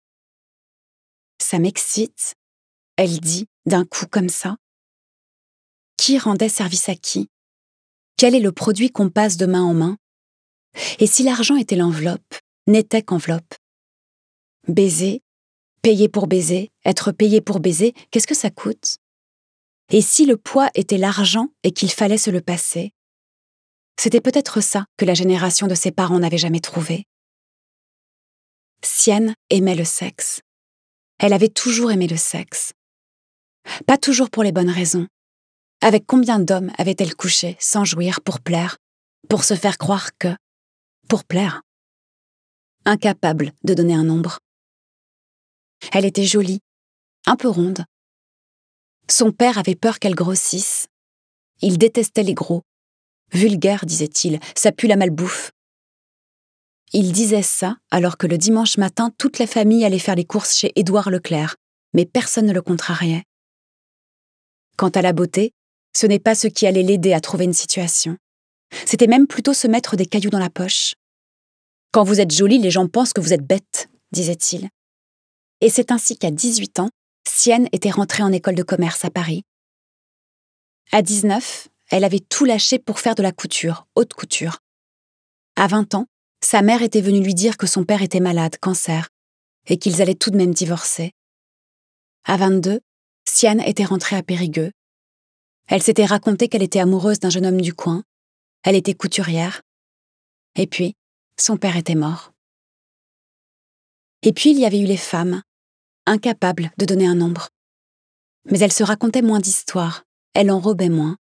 [SPEAKER 1] Ça m'excite, elle dit, d'un coup comme ça. Qui rendait service à qui? Quel est le produit qu'on passe de main en main? Et si l'argent était l'enveloppe, n'était qu'enveloppe? Baiser, payer pour baiser, être payé pour baiser, qu'est-ce que ça coûte? Et si le poids était l'argent et qu'il fallait se le passer? C'était peut-être ça que la génération de ses parents n'avait jamais trouvé. Sienne aimait le sexe. Elle avait toujours aimé le sexe. Pas toujours pour les bonnes raisons. Avec combien d'hommes avait-elle couché sans jouir pour plaire, pour se faire croire que... pour plaire. Incapable de donner un nombre. Elle était jolie, un peu ronde. Son père avait peur qu'elle grossisse. Il détestait les gros. Vulgaire, disait-il, ça pue la malbouffe. Il disait ça alors que le dimanche matin, toute la famille allait faire les courses chez Édouard Leclerc, mais personne ne le contrariait. Quant à la beauté, ce n'est pas ce qui allait l'aider à trouver une situation. C'était même plutôt se mettre des cailloux dans la poche. « Quand vous êtes jolie, les gens pensent que vous êtes bête », disait-il. Et c'est ainsi qu'à dix-huit ans, Sienne était rentrée en école de commerce à Paris. À dix-neuf, elle avait tout lâché pour faire de la couture, haute couture. À vingt ans, sa mère était venue lui dire que son père était malade, cancer, et qu'ils allaient tout de même divorcer. À vingt-deux, Sienne était rentrée à Périgueux. Elle s'était raconté qu'elle était amoureuse d'un jeune homme du coin. Elle était couturière. Et puis, son père était mort. Et puis, il y avait eu les femmes, incapables de donner un nombre. Mais elles se racontaient moins d'histoires, elle enrobait moins.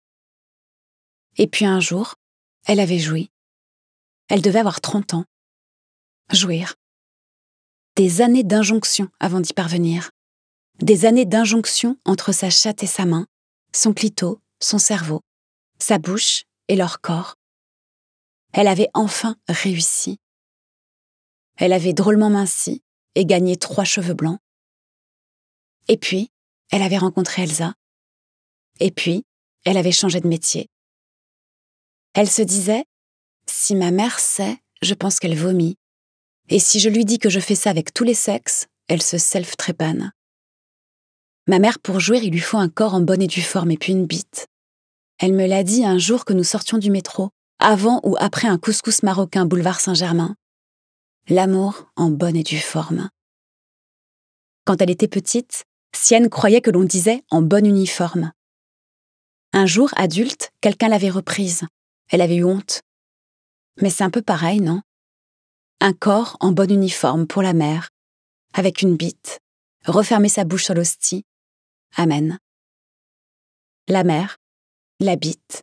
[SPEAKER 1] Et puis un jour, elle avait joui. Elle devait avoir trente ans. Jouir. Des années d'injonction avant d'y parvenir. Des années d'injonction entre sa chatte et sa main, son clito, son cerveau, sa bouche et leur corps. Elle avait enfin réussi. Elle avait drôlement minci et gagné trois cheveux blancs. Et puis, elle avait rencontré Elsa. Et puis, elle avait changé de métier. Elle se disait, si ma mère sait, je pense qu'elle vomit. Et si je lui dis que je fais ça avec tous les sexes, elle se self-trépane. Ma mère, pour jouir, il lui faut un corps en bonne et due forme et puis une bite. Elle me l'a dit un jour que nous sortions du métro, avant ou après un couscous marocain boulevard Saint-Germain. L'amour en bonne et due forme. Quand elle était petite, Sienne croyait que l'on disait en bonne uniforme. Un jour, adulte, quelqu'un l'avait reprise. Elle avait eu honte. Mais c'est un peu pareil, non ? Un corps en bon uniforme pour la mère, avec une bite, refermer sa bouche sur l'hostie. Amen. La mère, la bite.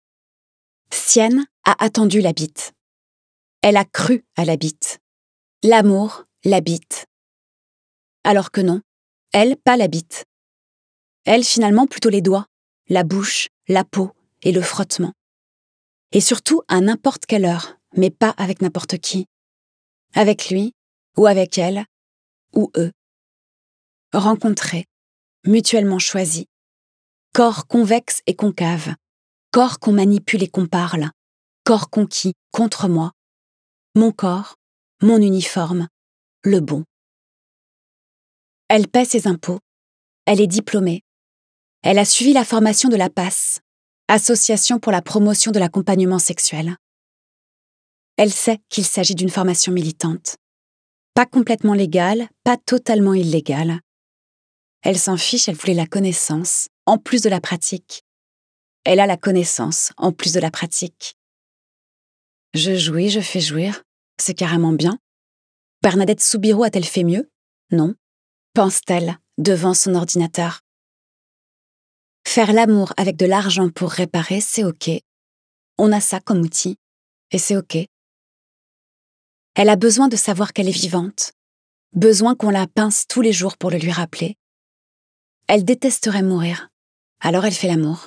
[SPEAKER 1] Sienne a attendu la bite. Elle a cru à la bite. L'amour, la bite. Alors que non, elle, pas la bite. Elle, finalement, plutôt les doigts, la bouche, la peau et le frottement. Et surtout à n'importe quelle heure, mais pas avec n'importe qui. Avec lui, ou avec elle, ou eux. Rencontrés, mutuellement choisis. Corps convexe et concave. Corps qu'on manipule et qu'on parle. Corps conquis contre moi. Mon corps, mon uniforme, le bon. Elle paie ses impôts. Elle est diplômée. Elle a suivi la formation de la P A S, Association pour la promotion de l'accompagnement sexuel. Elle sait qu'il s'agit d'une formation militante. Pas complètement légale, pas totalement illégale. Elle s'en fiche, elle voulait la connaissance, en plus de la pratique. Elle a la connaissance, en plus de la pratique. Je jouis, je fais jouir, c'est carrément bien. Bernadette Soubirous a-t-elle fait mieux ? Non. Pense-t-elle, devant son ordinateur. Faire l'amour avec de l'argent pour réparer, c'est ok. On a ça comme outil, et c'est ok. Elle a besoin de savoir qu'elle est vivante, besoin qu'on la pince tous les jours pour le lui rappeler. Elle détesterait mourir, alors elle fait l'amour.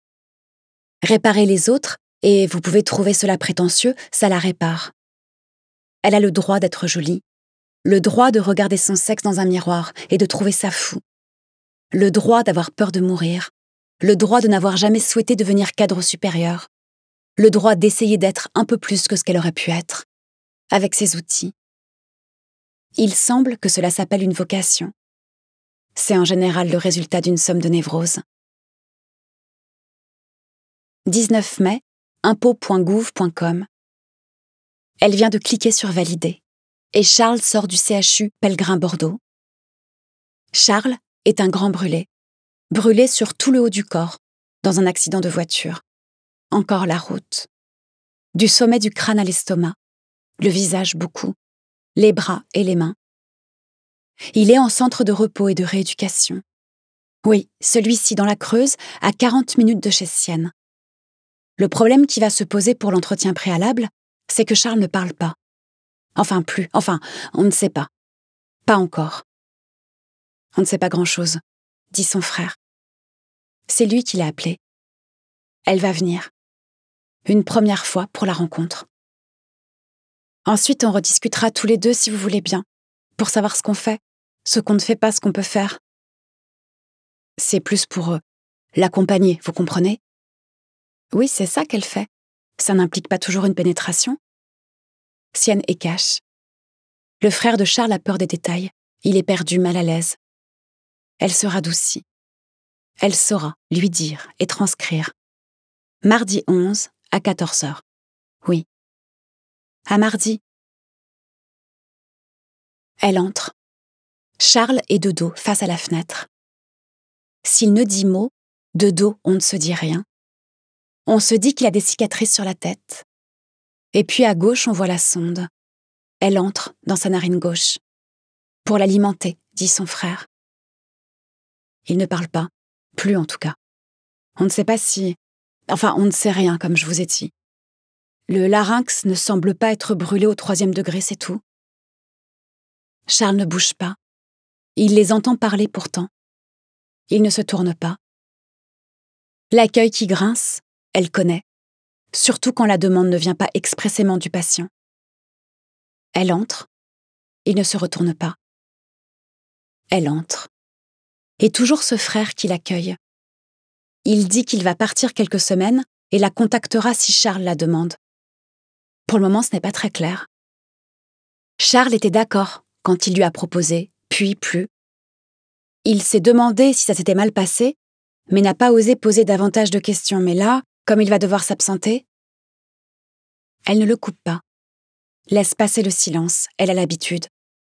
[SPEAKER 1] Réparer les autres, et vous pouvez trouver cela prétentieux, ça la répare. Elle a le droit d'être jolie, le droit de regarder son sexe dans un miroir et de trouver ça fou, le droit d'avoir peur de mourir, le droit de n'avoir jamais souhaité devenir cadre supérieur, le droit d'essayer d'être un peu plus que ce qu'elle aurait pu être, avec ses outils. Il semble que cela s'appelle une vocation. C'est en général le résultat d'une somme de névrose. dix-neuf mai, impôts point gouv point com. Elle vient de cliquer sur valider, et Charles sort du C H U Pellegrin Bordeaux. Charles est un grand brûlé, brûlé sur tout le haut du corps, dans un accident de voiture. Encore la route. Du sommet du crâne à l'estomac, le visage beaucoup, les bras et les mains. Il est en centre de repos et de rééducation. Oui, celui-ci dans la Creuse, à quarante minutes de chez Sienne. Le problème qui va se poser pour l'entretien préalable, c'est que Charles ne parle pas. Enfin plus, enfin, on ne sait pas. Pas encore. On ne sait pas grand-chose, dit son frère. C'est lui qui l'a appelée. Elle va venir. Une première fois pour la rencontre. Ensuite, on rediscutera tous les deux si vous voulez bien, pour savoir ce qu'on fait, ce qu'on ne fait pas, ce qu'on peut faire. C'est plus pour euh, l'accompagner, vous comprenez? Oui, c'est ça qu'elle fait. Ça n'implique pas toujours une pénétration. Sienne est cash. Le frère de Charles a peur des détails. Il est perdu, mal à l'aise. Elle se radoucit. Elle saura lui dire et transcrire. Mardi onze à quatorze heures. Oui. À mardi. Elle entre. Charles est de dos face à la fenêtre. S'il ne dit mot, de dos on ne se dit rien. On se dit qu'il a des cicatrices sur la tête. Et puis à gauche on voit la sonde. Elle entre dans sa narine gauche. Pour l'alimenter, dit son frère. Il ne parle pas, plus en tout cas. On ne sait pas si... Enfin, on ne sait rien, comme je vous ai dit. Le larynx ne semble pas être brûlé au troisième degré, c'est tout. Charles ne bouge pas. Il les entend parler pourtant. Il ne se tourne pas. L'accueil qui grince, elle connaît, surtout quand la demande ne vient pas expressément du patient. Elle entre. Il ne se retourne pas. Elle entre. Et toujours ce frère qui l'accueille. Il dit qu'il va partir quelques semaines et la contactera si Charles la demande. Pour le moment, ce n'est pas très clair. Charles était d'accord quand il lui a proposé, puis plus. Il s'est demandé si ça s'était mal passé, mais n'a pas osé poser davantage de questions. Mais là, comme il va devoir s'absenter, elle ne le coupe pas. Laisse passer le silence, elle a l'habitude.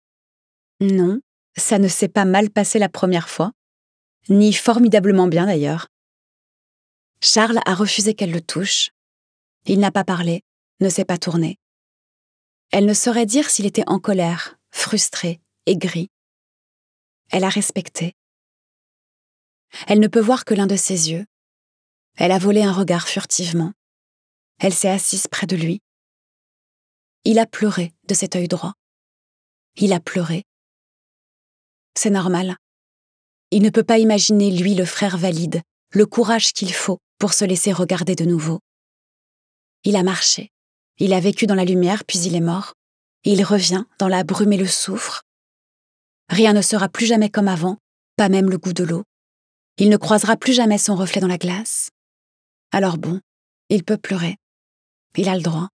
[SPEAKER 1] Non, ça ne s'est pas mal passé la première fois, ni formidablement bien d'ailleurs. Charles a refusé qu'elle le touche. Il n'a pas parlé, ne s'est pas tourné. Elle ne saurait dire s'il était en colère, frustré, aigri. Elle a respecté. Elle ne peut voir que l'un de ses yeux. Elle a volé un regard furtivement. Elle s'est assise près de lui. Il a pleuré de cet œil droit. Il a pleuré. C'est normal. Il ne peut pas imaginer, lui, le frère valide, le courage qu'il faut pour se laisser regarder de nouveau. Il a marché. Il a vécu dans la lumière, puis il est mort. Il revient dans la brume et le soufre. Rien ne sera plus jamais comme avant, pas même le goût de l'eau. Il ne croisera plus jamais son reflet dans la glace. Alors bon, il peut pleurer. Il a le droit.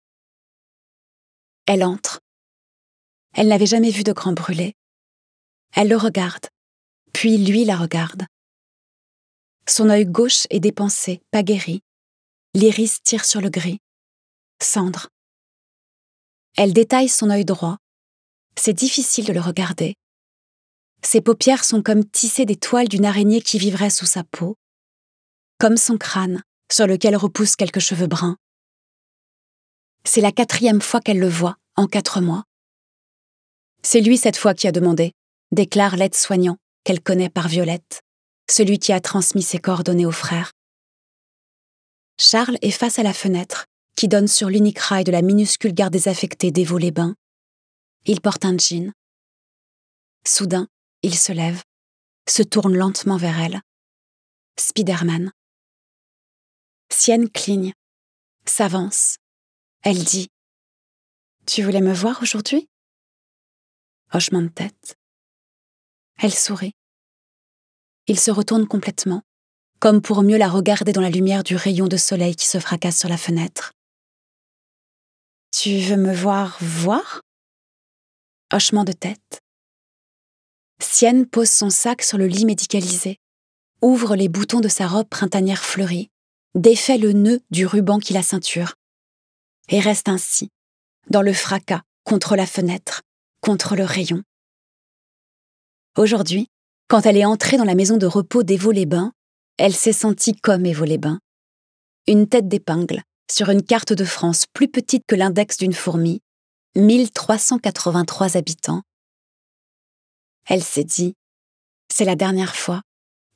[SPEAKER 1] Elle entre. Elle n'avait jamais vu de grand brûlé. Elle le regarde, puis lui la regarde. Son œil gauche est dépensé, pas guéri. L'iris tire sur le gris. Cendre. Elle détaille son œil droit. C'est difficile de le regarder. Ses paupières sont comme tissées des toiles d'une araignée qui vivrait sous sa peau. Comme son crâne, sur lequel repoussent quelques cheveux bruns. C'est la quatrième fois qu'elle le voit, en quatre mois. C'est lui cette fois qui a demandé, déclare l'aide-soignant, qu'elle connaît par Violette, celui qui a transmis ses coordonnées au frère. Charles est face à la fenêtre, qui donne sur l'unique rail de la minuscule gare désaffectée d'Évaux-les-Bains. Il porte un jean. Soudain, il se lève, se tourne lentement vers elle. Spiderman. Sienne cligne, s'avance. Elle dit « Tu voulais me voir aujourd'hui ?» Hochement de tête. Elle sourit. Il se retourne complètement, comme pour mieux la regarder dans la lumière du rayon de soleil qui se fracasse sur la fenêtre. « Tu veux me voir voir ?» Hochement de tête. Sienne pose son sac sur le lit médicalisé, ouvre les boutons de sa robe printanière fleurie, défait le nœud du ruban qui la ceinture, et reste ainsi, dans le fracas, contre la fenêtre, contre le rayon. Aujourd'hui, quand elle est entrée dans la maison de repos d'Évaux-les-Bains, elle s'est sentie comme Évaux-les-Bains. Une tête d'épingle, sur une carte de France plus petite que l'index d'une fourmi, mille trois cent quatre-vingt-trois habitants. Elle s'est dit, c'est la dernière fois,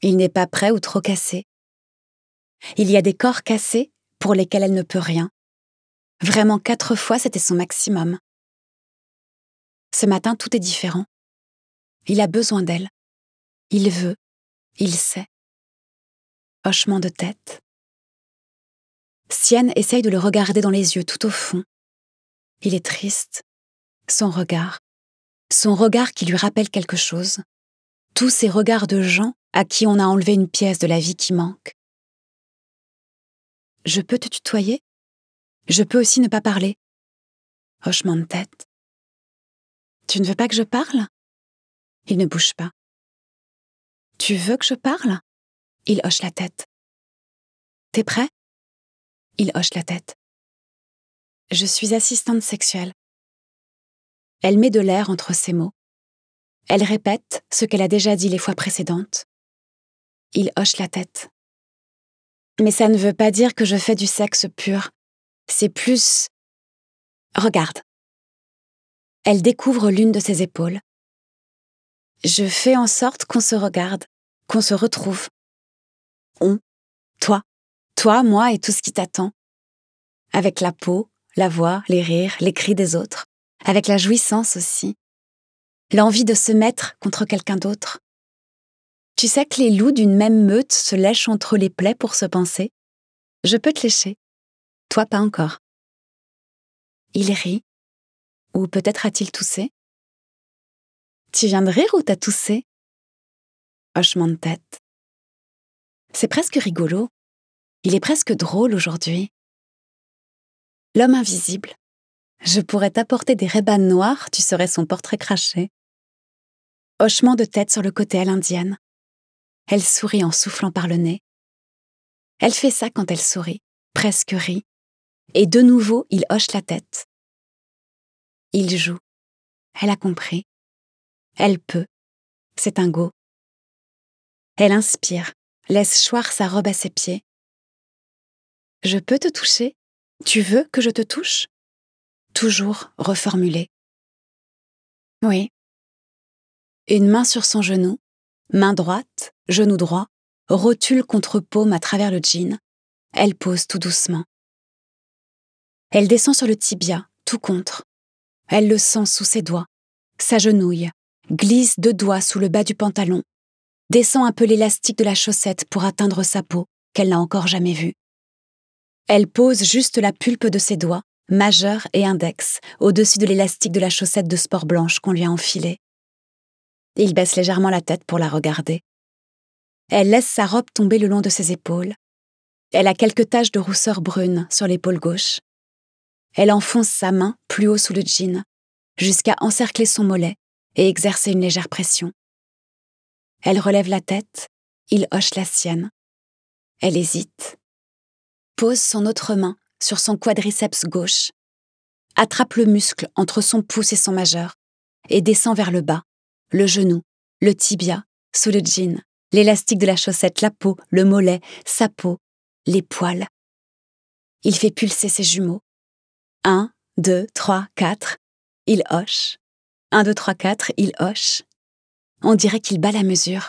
[SPEAKER 1] Il n'est pas prêt ou trop cassé. Il y a des corps cassés pour lesquels elle ne peut rien. Vraiment, quatre fois, c'était son maximum. Ce matin, tout est différent. Il a besoin d'elle. Il veut. Il sait. Hochement de tête. Sienne essaye de le regarder dans les yeux, tout au fond. Il est triste. Son regard. Son regard qui lui rappelle quelque chose. Tous ces regards de gens à qui on a enlevé une pièce de la vie qui manque. Je peux te tutoyer ? Je peux aussi ne pas parler. Hochement de tête. Tu ne veux pas que je parle ? Il ne bouge pas. Tu veux que je parle ? Il hoche la tête. T'es prêt ? Il hoche la tête. Je suis assistante sexuelle. Elle met de l'air entre ses mots. Elle répète ce qu'elle a déjà dit les fois précédentes. Il hoche la tête. Mais ça ne veut pas dire que je fais du sexe pur. C'est plus... Regarde. Elle découvre l'une de ses épaules. Je fais en sorte qu'on se regarde, qu'on se retrouve. On, toi, toi, moi et tout ce qui t'attend. Avec la peau, la voix, les rires, les cris des autres. Avec la jouissance aussi. L'envie de se mettre contre quelqu'un d'autre. Tu sais que les loups d'une même meute se lèchent entre les plaies pour se panser ? Je peux te lécher. Toi, pas encore. Il rit. Ou peut-être a-t-il toussé ? Tu viens de rire ou t'as toussé ? Hochement de tête. C'est presque rigolo. Il est presque drôle aujourd'hui. L'homme invisible. Je pourrais t'apporter des Ray-Ban noirs, tu serais son portrait craché. Hochement de tête sur le côté à l'indienne. Elle sourit en soufflant par le nez. Elle fait ça quand elle sourit, presque rit. Et de nouveau, il hoche la tête. Il joue. Elle a compris. Elle peut. C'est un go. Elle inspire, laisse choir sa robe à ses pieds. Je peux te toucher ? Tu veux que je te touche ? Toujours reformulé. Oui. Une main sur son genou, main droite, genou droit, rotule contre paume à travers le jean. Elle pose tout doucement. Elle descend sur le tibia, tout contre. Elle le sent sous ses doigts, s'agenouille, glisse deux doigts sous le bas du pantalon, descend un peu l'élastique de la chaussette pour atteindre sa peau, qu'elle n'a encore jamais vue. Elle pose juste la pulpe de ses doigts, majeur et index, au-dessus de l'élastique de la chaussette de sport blanche qu'on lui a enfilée. Il baisse légèrement la tête pour la regarder. Elle laisse sa robe tomber le long de ses épaules. Elle a quelques taches de rousseur brune sur l'épaule gauche. Elle enfonce sa main plus haut sous le jean, jusqu'à encercler son mollet et exercer une légère pression. Elle relève la tête, il hoche la sienne. Elle hésite. Pose son autre main sur son quadriceps gauche, attrape le muscle entre son pouce et son majeur et descend vers le bas, le genou, le tibia, sous le jean, l'élastique de la chaussette, la peau, le mollet, sa peau, les poils. Il fait pulser ses jumeaux. Un, deux, trois, quatre. Il hoche. Un, deux, trois, quatre, il hoche. On dirait qu'il bat la mesure.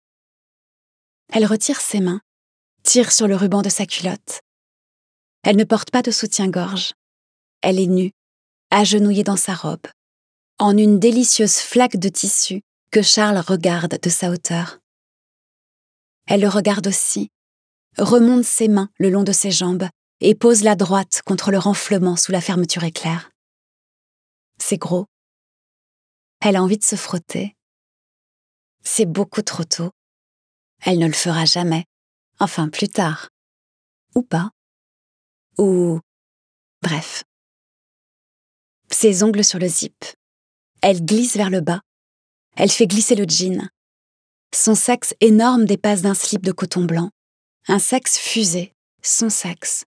[SPEAKER 1] Elle retire ses mains, tire sur le ruban de sa culotte. Elle ne porte pas de soutien-gorge. Elle est nue, agenouillée dans sa robe, en une délicieuse flaque de tissu que Charles regarde de sa hauteur. Elle le regarde aussi, remonte ses mains le long de ses jambes et pose la droite contre le renflement sous la fermeture éclair. C'est gros. Elle a envie de se frotter. C'est beaucoup trop tôt. Elle ne le fera jamais. Enfin, plus tard. Ou pas. Ou... Bref. Ses ongles sur le zip. Elle glisse vers le bas. Elle fait glisser le jean. Son sexe énorme dépasse d'un slip de coton blanc. Un sexe fusé. Son sexe.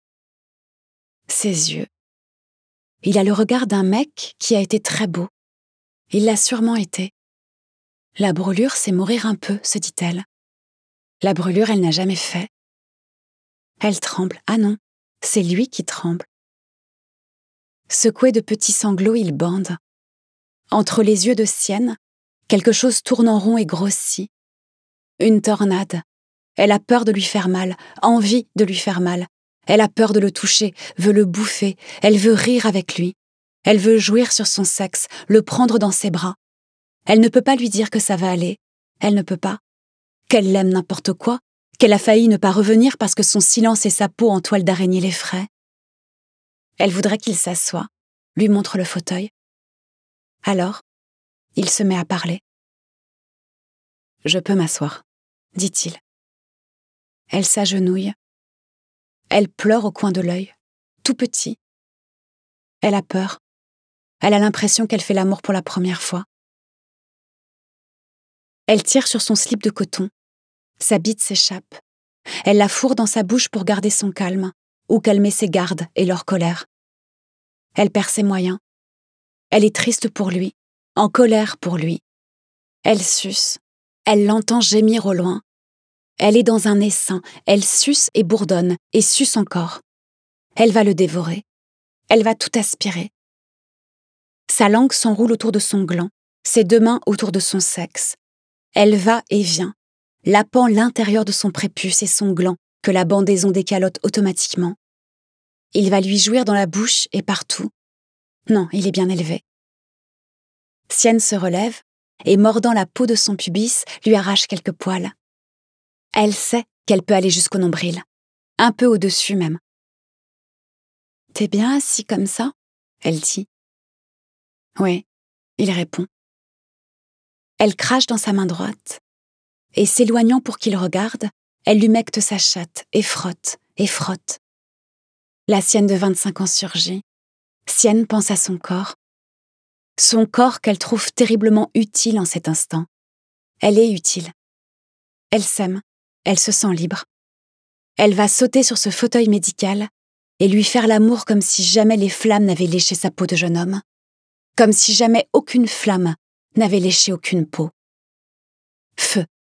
[SPEAKER 1] Ses yeux. Il a le regard d'un mec qui a été très beau. Il l'a sûrement été. La brûlure, c'est mourir un peu, se dit-elle. La brûlure, elle n'a jamais fait. Elle tremble. Ah non, c'est lui qui tremble. Secoué de petits sanglots, il bande. Entre les yeux de Sienne, quelque chose tourne en rond et grossit. Une tornade, Elle a peur de lui faire mal, envie de lui faire mal. Elle a peur de le toucher, veut le bouffer, elle veut rire avec lui. Elle veut jouir sur son sexe, le prendre dans ses bras. Elle ne peut pas lui dire que ça va aller. Elle ne peut pas. Qu'elle l'aime n'importe quoi, qu'elle a failli ne pas revenir parce que son silence et sa peau en toile d'araignée l'effraient. Elle voudrait qu'il s'assoie, lui montre le fauteuil. Alors, il se met à parler. « Je peux m'asseoir », dit-il. Elle s'agenouille. Elle pleure au coin de l'œil, tout petit. Elle a peur. Elle a l'impression qu'elle fait l'amour pour la première fois. Elle tire sur son slip de coton. Sa bite s'échappe. Elle la fourre dans sa bouche pour garder son calme, ou calmer ses gardes et leur colère. Elle perd ses moyens. Elle est triste pour lui, en colère pour lui. Elle suce. Elle l'entend gémir au loin. Elle est dans un essaim. Elle suce et bourdonne, et suce encore. Elle va le dévorer. Elle va tout aspirer. Sa langue s'enroule autour de son gland, ses deux mains autour de son sexe. Elle va et vient, lapant l'intérieur de son prépuce et son gland, que la bandaison décalote automatiquement. Il va lui jouir dans la bouche et partout. Non, il est bien élevé. Sienne se relève et, mordant la peau de son pubis, lui arrache quelques poils. Elle sait qu'elle peut aller jusqu'au nombril, un peu au-dessus même. « T'es bien assis comme ça ?» elle dit. « Oui », il répond. Elle crache dans sa main droite, et s'éloignant pour qu'il regarde, elle humecte sa chatte et frotte, et frotte. La sienne de vingt-cinq ans surgit. Sienne pense à son corps. Son corps qu'elle trouve terriblement utile en cet instant. Elle est utile. Elle s'aime, elle se sent libre. Elle va sauter sur ce fauteuil médical et lui faire l'amour comme si jamais les flammes n'avaient léché sa peau de jeune homme, comme si jamais aucune flamme n'avait léché aucune peau. Feu.